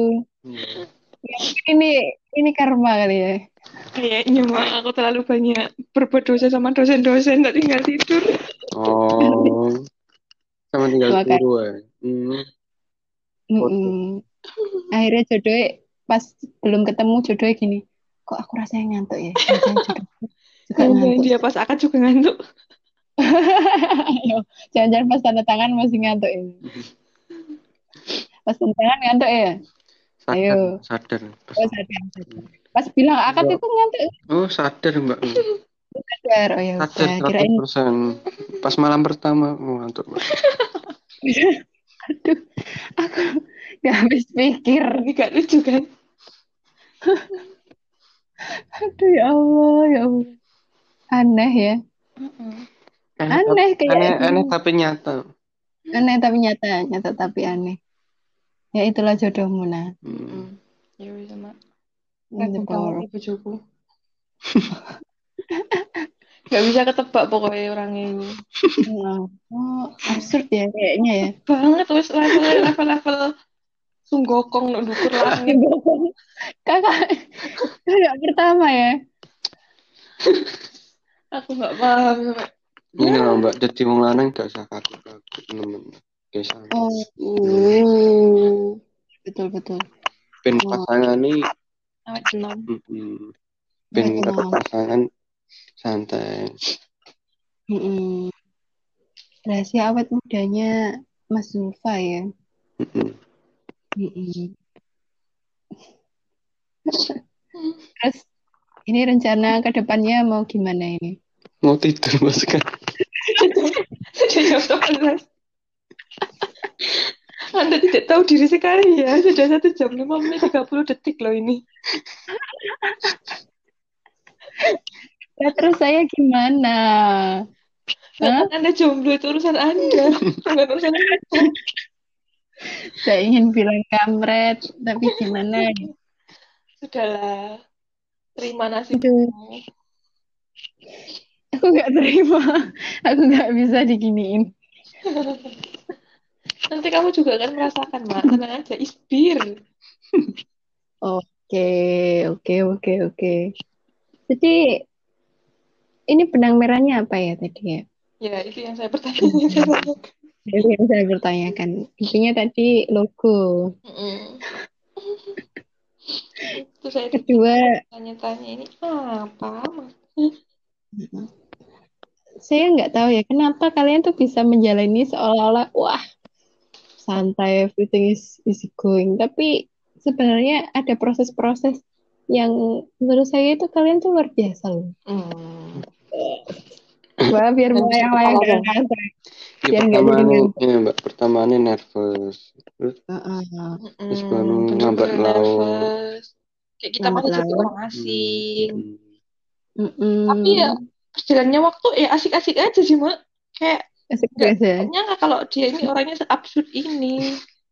Ini karma kali ya. Kayaknya Mak, aku terlalu banyak berbuat dosa sama dosen-dosen, tak tinggal tidur. Oh, sama tinggal tidur ya. Mm-mm. Akhirnya jodohnya pas belum ketemu jodohnya gini, kok aku rasanya ngantuk ya? Jangan jodoh juga Jangan-jangan ngantuk. dia pas akad juga ngantuk. Ayo, jangan-jangan pas tanda tangan masih ngantuk ya. Pas tanda tangan ngantuk ya. Ayo, Sadar. oh, sadar, sadar. Pas bilang akad itu ngantuk Oh, sadar Mbak. sadar. Oh ya Sadar udah, kirain 100%. Pas malam pertama ngantuk Mbak. aduh, aku gak habis pikir. Tapi gak lucu kan? Aduh ya Allah, ya Allah. Aneh ya. Aneh kayak Aneh tapi nyata. aneh tapi nyata, nyata tapi aneh. Ya itulah jodohmu nah. Ya wis sama. Ini Kadang kamu baru. nih bojoku. Gak bisa ketebak pokoknya orangnya ini. Oh, absurd ya kayaknya ya. Banget wis level sunggokong nuk ndukur langit. Kakak, kakak pertama ya. Aku gak paham sampai. Ini loh Mbak, jadi wong lanang gak usah kaku-kaku temen. Guys, Oh, betul betul. ben pasangan nih, Awet enom. ben Awet enom. pasangan santai. Rahasia awet mudanya Mas Zulfa ya. Terus ini rencana ke depannya mau gimana ini? Mau tidur Mas kan? Sudah jam 11. Anda tidak tahu diri sekali ya. Sudah 1 jam 5 menit 30 detik loh ini. Ya, terus saya gimana? Kan Anda jomblo itu urusan Anda, bukan urusan kita. Saya ingin bilang kamret, tapi gimana? Sudahlah, terima nasibmu. Aku nggak terima. Aku nggak bisa diginiin. Nanti kamu juga akan merasakan, Mak. Tenang aja, isbir. Oke. Jadi ini benang merahnya apa ya tadi ya? Ya, itu yang saya pertanyakan. Jadi yang saya bertanyakan. Intinya tadi logo. Itu saya Kedua, tanya-tanya ini apa, Mas? saya nggak tahu ya kenapa kalian tuh bisa menjalani seolah-olah wah santai everything is easy going. Tapi sebenarnya ada proses-proses yang menurut saya itu kalian tuh luar biasa loh. Wah, biar mau yang lain gak santai. Ya, pertama nih nervous. Terus baru ngambat laut. Kayak kita masih jadi orang asing. Tapi ya perjalanannya waktu ya asik-asik aja sih, Mak. Kayak gak nyangka kalau dia ini orangnya seabsurd ini.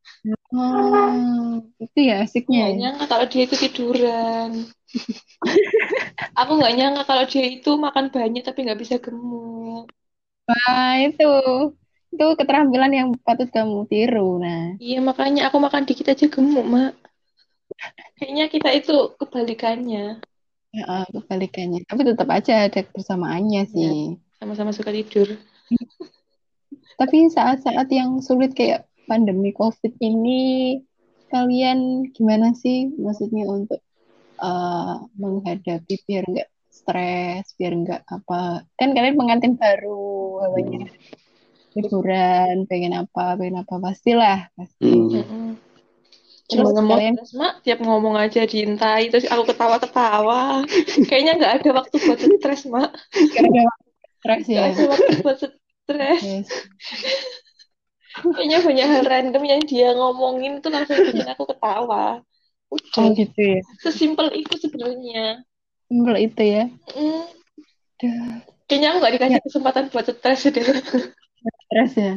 Itu ya asiknya. Gak nyangka kalau dia itu tiduran. Aku gak nyangka kalau dia itu makan banyak tapi gak bisa gemuk. Wah, itu keterampilan yang patut kamu tiru. Nah, iya makanya aku makan dikit aja gemuk, Mak. Kayaknya kita itu kebalikannya. ya, kebalikannya. Tapi tetap aja ada persamaannya sih. Ya, sama-sama suka tidur. Tapi saat-saat yang sulit kayak pandemi COVID ini, kalian gimana sih? Maksudnya untuk menghadapi biar nggak stres, biar nggak apa. Kan kalian pengantin baru, hawanya liburan, pengen apa, pastilah, pasti. Terus kalian Mak, tiap ngomong aja diintai, terus aku ketawa-ketawa. Kayaknya nggak ada waktu buat stres, Mak. Gak ada waktu stres ya. Nggak ada waktu buat stres. Yes. Kayaknya banyak hal random yang dia ngomongin tuh langsung bikin aku ketawa. Udah. Oh gitu ya. Sesimpel itu sebenarnya. Simpel itu ya. Kayaknya aku nggak dikasih kesempatan buat stres deh. Stres ya.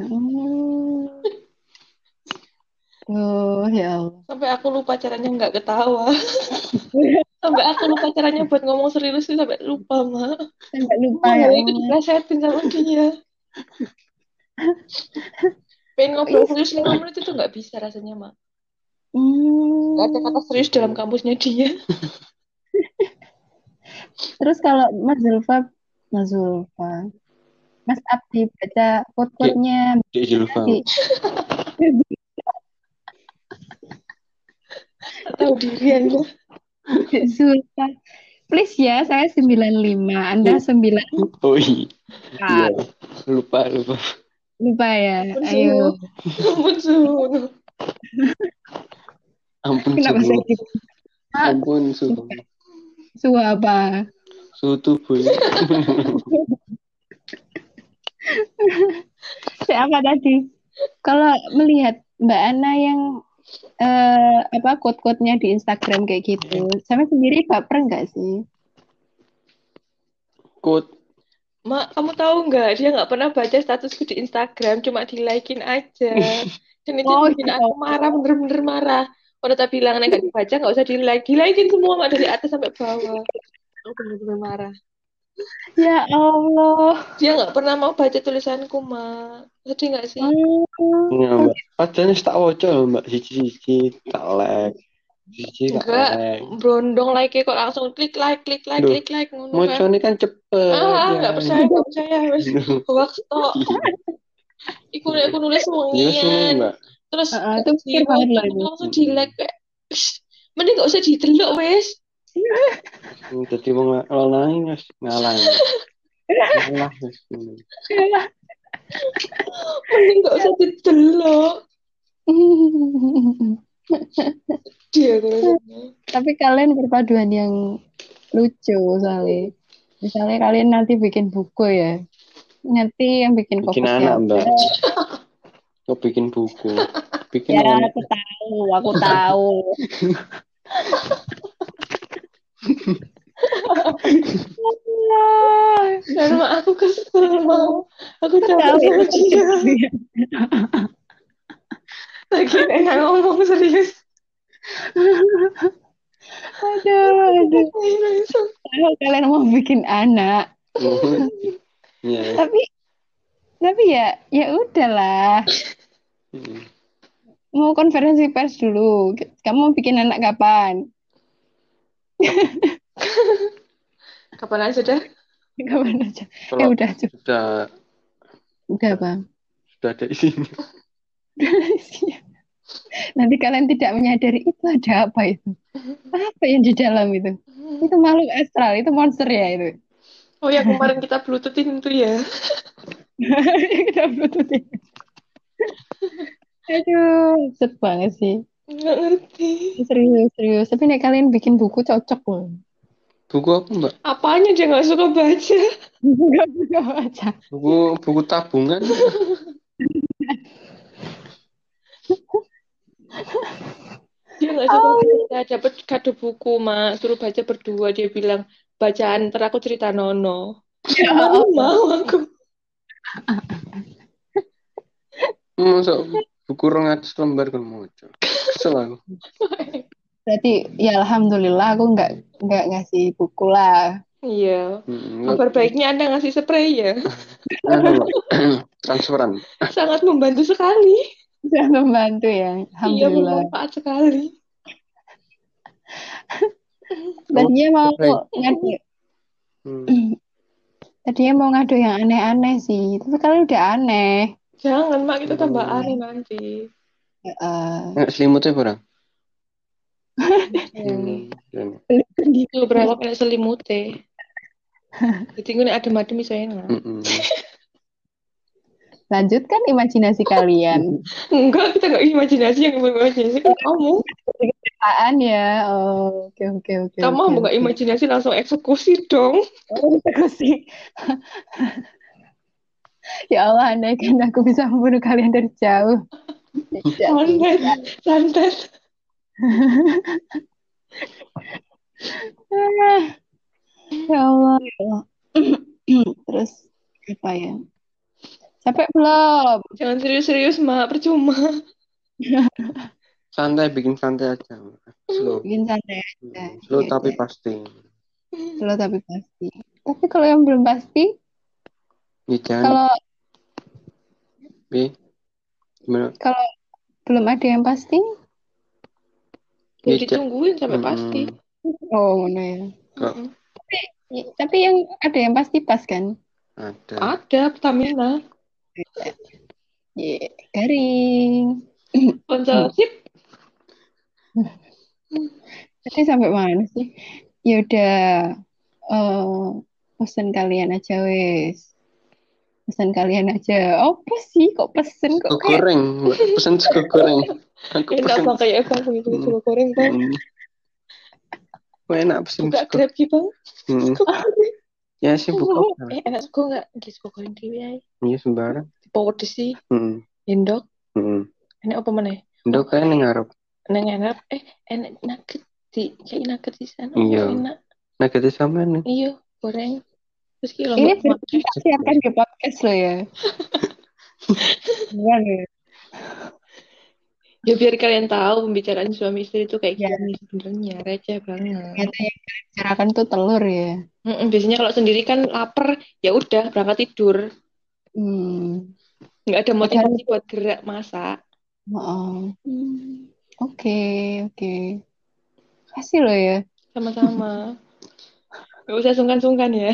Oh ya Allah. Sampai aku lupa caranya nggak ketawa. Sampai aku lupa caranya buat ngomong serius sih sampai lupa, Mak. Sampai lupa ya. Itu diplesetin sama dia. Pengen ngobrol serius 5 menit itu nggak bisa rasanya, Mak. Nggak ada kata serius dalam kampusnya dia. Terus kalau Mas Zulfa, Mas Abdi baca quote-quote-nya Di Zulfa. tahu diri Anda. Sultan. Please ya, saya 95, Anda 94. Oh iya. Lupa. Lupa ya. Ampun, Ayo. Ampun, suhu. Ampun Kenapa suhu. saya gitu? Ampun suhu. Suhu apa? Suhu tubuh. Apa tadi? Kalau melihat Mbak Ana yang quote-quote-nya di Instagram kayak gitu, sama sendiri baper nggak sih? Quote. Mak, kamu tahu nggak? Dia nggak pernah baca statusku di Instagram, cuma di-like-in aja. Dan itu Oh, bikin aku marah, bener-bener marah. Kalau tak bilang nggak dibaca, nggak usah di-like. Di-like-in semua, Mak, dari atas sampai bawah. Aku bener-bener marah. ya Allah. Dia nggak pernah mau baca tulisanku, Mak. Sedih nggak sih? Iya, Mbak. Padahal tak waca loh, Mbak. Siji tak like. Siji tak Enggak, like. brondong like kok langsung klik like, Duh, ngono kan. mocone kan cepet. Nggak percaya, wes hoax tok. Iku aku nulis Iya, semua, wengian. Mbak. Terus Itu pikir banget loh itu. langsung di like kayak mending nggak usah didelok wes. Jadi wong lanang wis ngalah. Ngalah wis. Mending nggak usah didelok. Dia rasanya. Tapi kalian perpaduan yang lucu soalnya. Misalnya kalian nanti bikin buku ya. Nanti yang bikin Bikin cover anak, siapa? Mbak. Kok bikin buku? Bikin Ya, anak. aku tahu. Dan mak aku kesel mau. Aku capek sama dia. Lagi enak ngomong serius. Aduh. Kalau kalian mau bikin anak. Iya. Tapi ya udahlah. Mau konferensi pers dulu. Kamu mau bikin anak kapan? Kapan aja dah? Kapan aja? Kalau Udah cukup. Udah Bang. Sudah ada isinya. Nanti kalian tidak menyadari itu ada apa itu. Apa yang di dalam itu? Itu makhluk astral, itu monster ya itu. Oh ya, kemarin kita bluetoothin itu ya. Kita bluetoothin. Aduh, absurd banget sih. Nggak ngerti. Serius. Tapi nih kalian bikin buku cocok loh. Buku apa, Mbak? Apanya dia nggak suka baca? Nggak suka baca. Buku tabungan. Dia nggak suka baca. Dapat kado buku, Mak. Suruh baca berdua. Dia bilang, bacaan ntar aku cerita Nono. Ya, mau aku. Masa buku 200 lembar kan mau kesel aku. Berarti ya alhamdulillah aku nggak ngasih buku lah. Iya. Kabar baiknya Anda ngasih spray ya. Transferan. Sangat membantu sekali. Sangat membantu ya. Alhamdulillah. Iya, bermanfaat sekali. Tadinya mau ngadu. Tadinya mau ngadu yang aneh-aneh sih. Tapi kalau udah aneh. Jangan, Mak, kita tambah aneh nanti. Selimutnya kurang. Gitu berapa kali selimutnya. Jadi gue adem-adem misalnya. Lanjutkan imajinasi kalian. Enggak, kita nggak imajinasi, yang imajinasi kan kamu. Kegiatan ya. Oh, oke. Kamu mau nggak imajinasi langsung eksekusi dong. Eksekusi. Ya Allah, andaikan aku bisa membunuh kalian dari jauh. Santet. Ya Allah. Terus apa ya? Capek belum? Jangan serius-serius, Mak. Percuma. Santai, bikin santai aja. Slow. Bikin santai aja. Slow tapi pasti. Slow tapi pasti. Tapi kalau yang belum pasti, kalau kalau belum ada yang pasti, ya ditungguin sampai pasti. Oh, mana ya? Tapi yang ada yang pasti pas kan? Ada Pertamina. Garing. Sponsorship. Tadi sampai mana sih? Ya udah, eh pesan kalian aja wes. Pesan kalian aja. Apa sih kok pesen kok Sego kayak goreng, Mbak. Pesen sego goreng. Aku Enak pesen. bang kayak bang itu sego goreng bang. Kok enak pesen Buka sego. Grab gitu bang. Hmm. Sego goreng. Ya sih buka. Enak sego nggak? Gak sego goreng dewi ay. Iya sembarang. Power sih. Hmm. Endok. Hmm. Enak apa mana? Ndok kayak ning ngarep. Neng enak. Enak nugget di kayak nugget di sana. Iya. Enak. Nah, kita sama nih. Iya goreng. Terus kita ini lombok makan. tak siapkan di podcast lo ya. Beneran ya. Ya biar kalian tahu pembicaraan suami istri itu kayak Ya, gini sebenarnya receh banget. ternyata yang kalian bicarakan tuh telur ya. Biasanya kalau sendiri kan lapar, ya udah berangkat tidur, Hmm. nggak ada Padahal, motivasi buat gerak masak. oh, oke, oke. Kasih lo ya. Sama-sama, nggak usah sungkan-sungkan ya.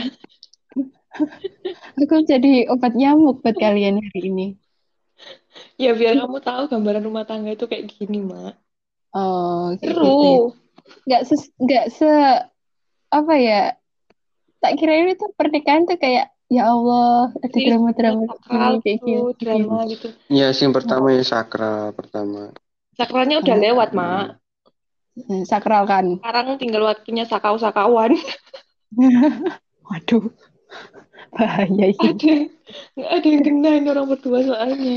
Aku jadi obat nyamuk buat kalian hari ini. Ya biar kamu tahu gambaran rumah tangga itu kayak gini, Mak. Oh, kayak gitu ya. Seru. Nggak se apa ya? Tak kira ini tuh pernikahan tuh kayak ya Allah ada Sih, drama-drama sakral gini kayak gitu, gini. drama gitu. Iya, sih yang pertama ya sakral pertama. Sakralnya udah Oh, lewat, Mak. sakral kan. Sekarang tinggal waktunya sakau-sakauan. Waduh, bahaya ini. Ada, nggak ada yang kena ini orang berdua soalnya.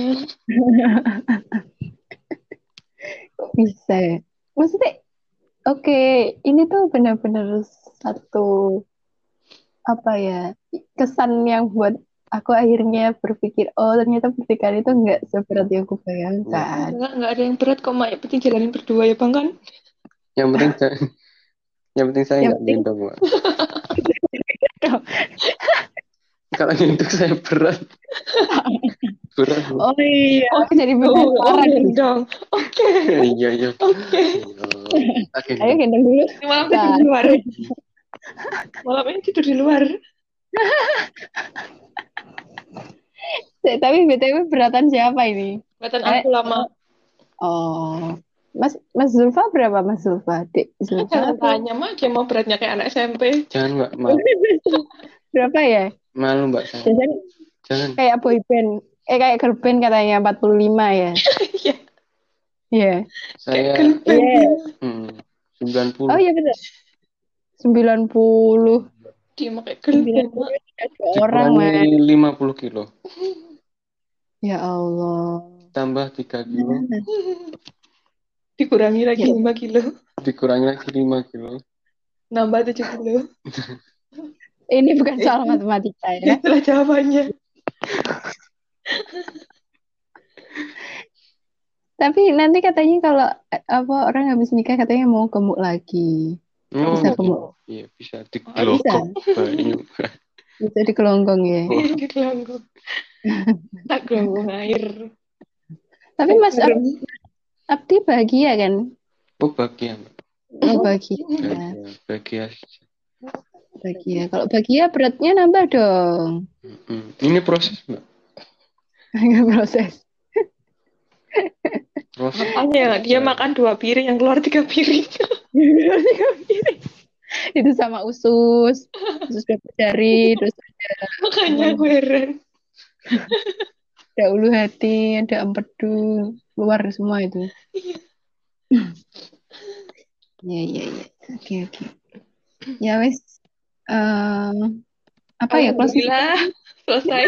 Kok bisa ya? Maksudnya, oke, ini tuh benar-benar satu apa ya kesan yang buat aku akhirnya berpikir oh ternyata pernikahan itu nggak seberat yang aku bayangkan. Nggak ada yang berat kok, Mak. Yang penting jalanin berdua ya, Bang kan? Yang penting yang penting saya Yang nggak penting gendong, Mbak. Kalau gendong saya berat. Berat, Bu. oh iya, Oh, aku jadi oh, penasaran nih. gendong. Oke, Iya, iya. oke. Iya, tak Ayo gendong. gendong dulu. Ini malam tidur di luar. Malam ini tidur di luar. Tapi BTW beratan siapa ini? Kelihatan Eh, aku lama. oh, Mas Zulfa berapa Mas Zulfa? Dek Zulfa Jangan tanya, Mak. Dia mau beratnya kayak anak SMP. Jangan, Mbak. Malu, berapa ya? malu Mbak saya. Biasanya Jangan. kayak boy band, kayak girl band katanya 45 ya. Iya, Iya. Saya kayak gelbeng. Iya. 90. Oh iya benar. 90. Dia mau kayak gelbeng, Mak. 90 ada orang mas. Dikurangi 50 kilo. Ya Allah. Tambah 3 kilo. Dikurangi lagi Ya, 5 kilo. Dikurangi lagi 5 kilo. Nambah 7 kilo. ini bukan soal matematika ya. Itulah jawabannya. Tapi nanti katanya kalau apa orang habis nikah katanya mau gemuk lagi. Oh, Bisa gemuk. iya bisa Bisa. digelokok banyu. Bisa dikelonggong ya. Di gelanggung. Tak gelanggung air. Tapi Mas Abdi bahagia kan? Oh bahagia, Mbak. Oh, bahagia. Bahagia. Bahagia. Kalau bahagia beratnya nambah dong. Ini proses, Mbak. Nggak proses. Proses. Makanya dia makan 2 piring yang keluar 3 piring. Itu sama usus dapur jari, terus Makanya gue heran. ada ulu hati, ada empedu, keluar semua itu. Ya. Oke. Ya wes. Apa ya Selesai.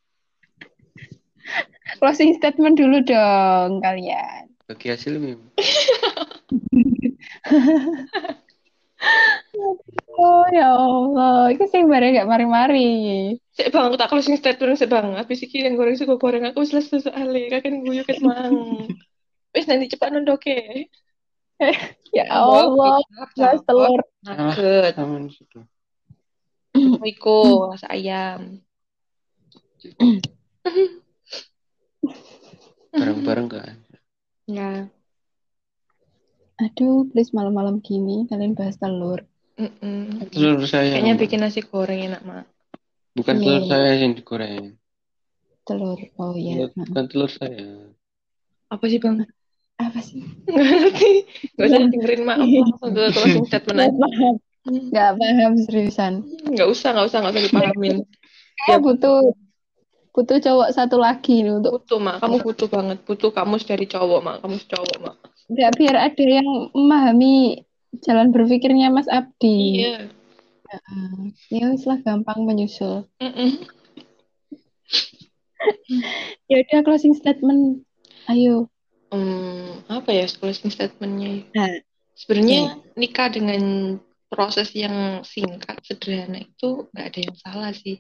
closing statement dulu dong kalian. Bagi hasil memang. Oh ya Allah, itu sih bareng gak mari-mari. Sik bang, aku tak closing statement sik bang. Habis iki yang goreng sego goreng aku selesai soalnya. Kakek guyu ket mang. Wis nanti cepat nondoke. Ya Allah, mas telur. Nugget. Aman sudah. Iko, rasa ayam. Bareng-bareng kan. Ya. Aduh, please malam-malam gini kalian bahas telur. Telur saya. Kayaknya bikin nasi goreng enak, Mak. Bukan telur saya yang digoreng. Telur, oh ya. Bukan telur saya. Apa sih, Bang? Apa sih? Nggak ngerti. Nggak usah dengerin maaf. Langsung ke closing statement Nggak aja. paham. Nggak paham seriusan. Nggak usah dipahamin. Kayak butuh cowok satu lagi nih untuk Butuh, Mak. Kamu butuh banget. Butuh kamu dari cowok, Mak. Kamu cowok, Mak. nggak biar ada yang memahami jalan berpikirnya Mas Abdi. Iya. Ya wis lah gampang menyusul. Mm-mm. Ya udah closing statement. Ayo. Apa ya closing statementnya? Nah, Sebenarnya nikah dengan proses yang singkat, sederhana itu nggak ada yang salah sih.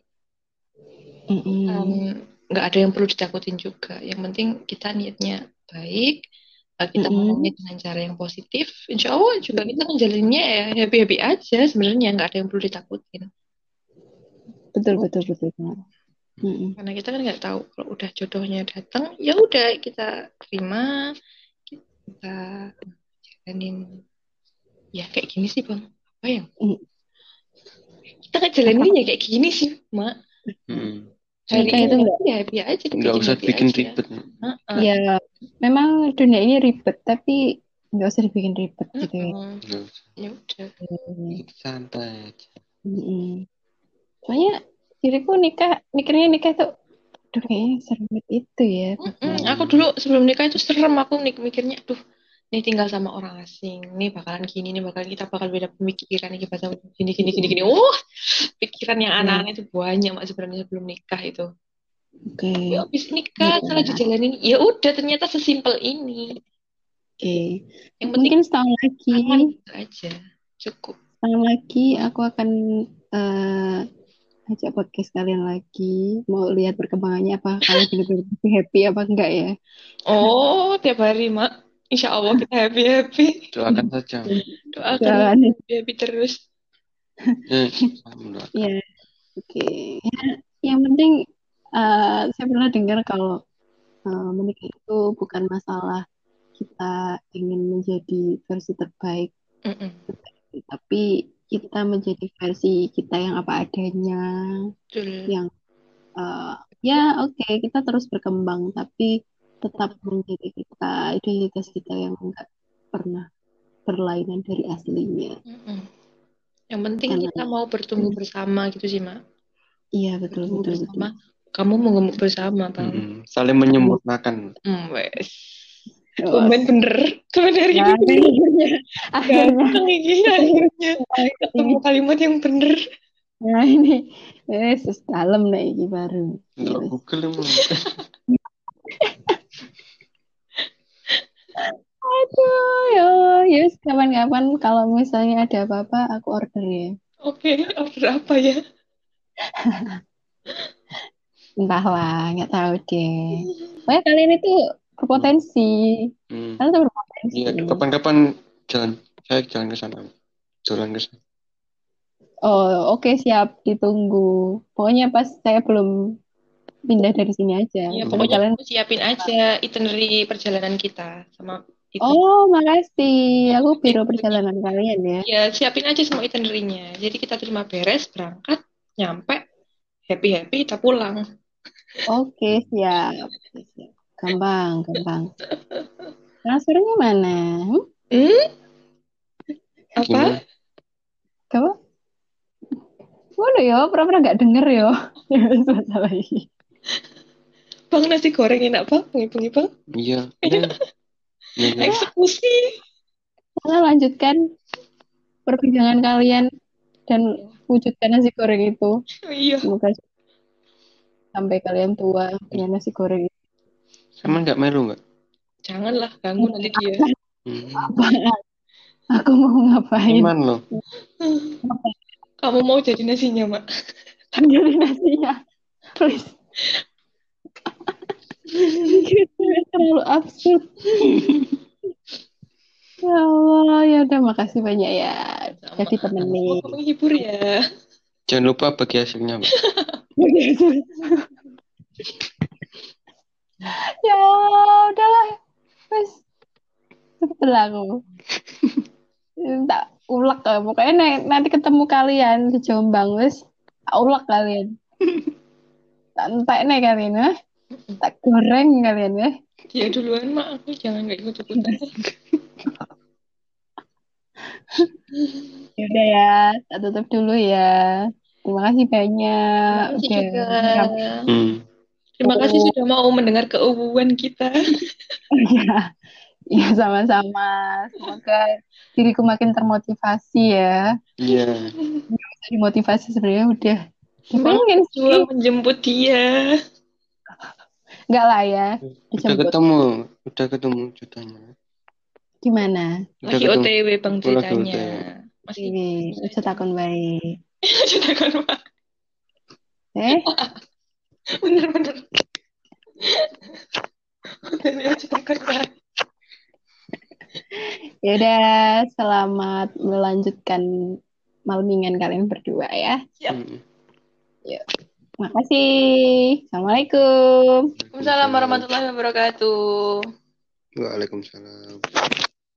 Nggak ada yang perlu ditakutin juga. Yang penting kita niatnya baik, kita ngomongnya dengan cara yang positif. Insya Allah juga kita ngejalaninnya ya happy-happy aja sebenarnya. Nggak ada yang perlu ditakutin. betul. Karena kita kan nggak tahu kalau udah jodohnya datang, ya udah kita terima, kita jalanin. Ya kayak gini sih Bang. Apa yang? Kita ngejalanin ya kayak gini sih Mak. Hari Nikah itu ini ya happy aja. Nggak usah bikin aja. ribet. Ya memang dunia ini ribet, tapi nggak usah dibikin ribet gitu ya. Ya udah. Santai aja. Soalnya diriku mikirnya nikah tuh aduh kayaknya serem itu ya. Aku dulu sebelum nikah itu serem, aku mikirnya aduh nih tinggal sama orang asing, nih bakalan gini, nih kita bakal beda pemikiran, nih bahasa gini. Pikiran yang anak-anak itu banyak Mak sebenarnya sebelum nikah itu. Oke. Ya habis nikah kalau dijalanin, ya udah ternyata sesimpel ini. Oke. Yang Mungkin setahun lagi aja cukup. Setahun lagi aku akan ajak podcast kalian lagi, mau lihat perkembangannya apa kalian benar-benar happy apa enggak ya. Oh, tiap hari Mak. Insya Allah kita happy. Doakan saja. Doakan happy terus. Ya, oke. Yang penting saya pernah dengar kalau menikah itu bukan masalah kita ingin menjadi versi terbaik, tapi kita menjadi versi kita yang apa adanya, yang ya oke, kita terus berkembang, tapi tetap menjadi kita, identitas kita yang enggak pernah berlainan dari aslinya. Yang penting kita mau bertumbuh bersama gitu sih Mak. Iya betul. Kamu mau gemuk bersama Bang. Saling menyempurnakan. Wes. Komen bener. Komen dari akhirnya ketemu kalimat yang bener. Nah ini dalam nih ini baru. Google emang. Aduh, ya kapan-kapan kalau misalnya ada apa-apa aku order ya. Oke, order apa ya? Entahlah, nggak tahu deh. Pokoknya kalian itu berpotensi. Kalian tuh berpotensi. Iya, kapan-kapan saya jalan ke sana. Oh, oke, siap, ditunggu. Pokoknya pas saya belum pindah dari sini aja. Iya, pokoknya kalian siapin aja itinerary perjalanan kita sama itu. Oh, makasih. Aku biro perjalanan kalian ya. Ya, siapin aja semua itinerary-nya. Jadi kita terima beres, berangkat, nyampe, happy-happy, kita pulang. Oke, siap. Gampang. Transfernya mana? Apa? Kamu? Waduh ya, pernah nggak denger ya? lagi. Bang, nasi goreng enak Bang? Pengi Bang? Iya. Eksekusi. Kita lanjutkan perbincangan kalian dan wujudkan nasi goreng itu. Iya. Semoga sampai kalian tua dengan nasi goreng itu. Sama nggak melu nggak? Janganlah ganggu nanti dia. Aku mau ngapain? Iman loh. Kamu mau jadi nasinya, Mak? Jadi nasinya, please. Terlalu absurd. Ya Allah, ya udah makasih banyak ya. Jadi temenin. Semoga menghibur ya. Jangan lupa bagi hasilnya, Mbak. Ya udahlah, wes setelah aku tak ulek pokoknya nanti ketemu kalian di Jombang wes tak ulek kalian tak entek nih kalian tak goreng kalian Dia duluan, mak. Aku jangan gak ikut-ikutan. Ya udah ya, tak tutup dulu ya. Terima kasih banyak. Terima kasih Udah juga. nyeramin Hmm. Terima kasih aku. sudah mau mendengar keuuan kita. Ya, ya sama-sama. Semoga diriku makin termotivasi ya. Iya. Dimotivasi sebenarnya udah Semangat pengen sih. berjuang menjemput dia. Enggak lah ya, Udah dijemput. ketemu ceritanya. Gimana? Udah Lagi ketemu. OTW bang Aku lagi ceritanya. OTW. Masih Ini, bisa bisa takon baik. ceritakan bang. Eh, Bener-bener. OTW ceritakan bang. ya udah, selamat melanjutkan malmingan kalian berdua ya. Siap. Hmm. Yuk, makasih. Assalamualaikum. Waalaikumsalam warahmatullahi wabarakatuh. Waalaikumsalam.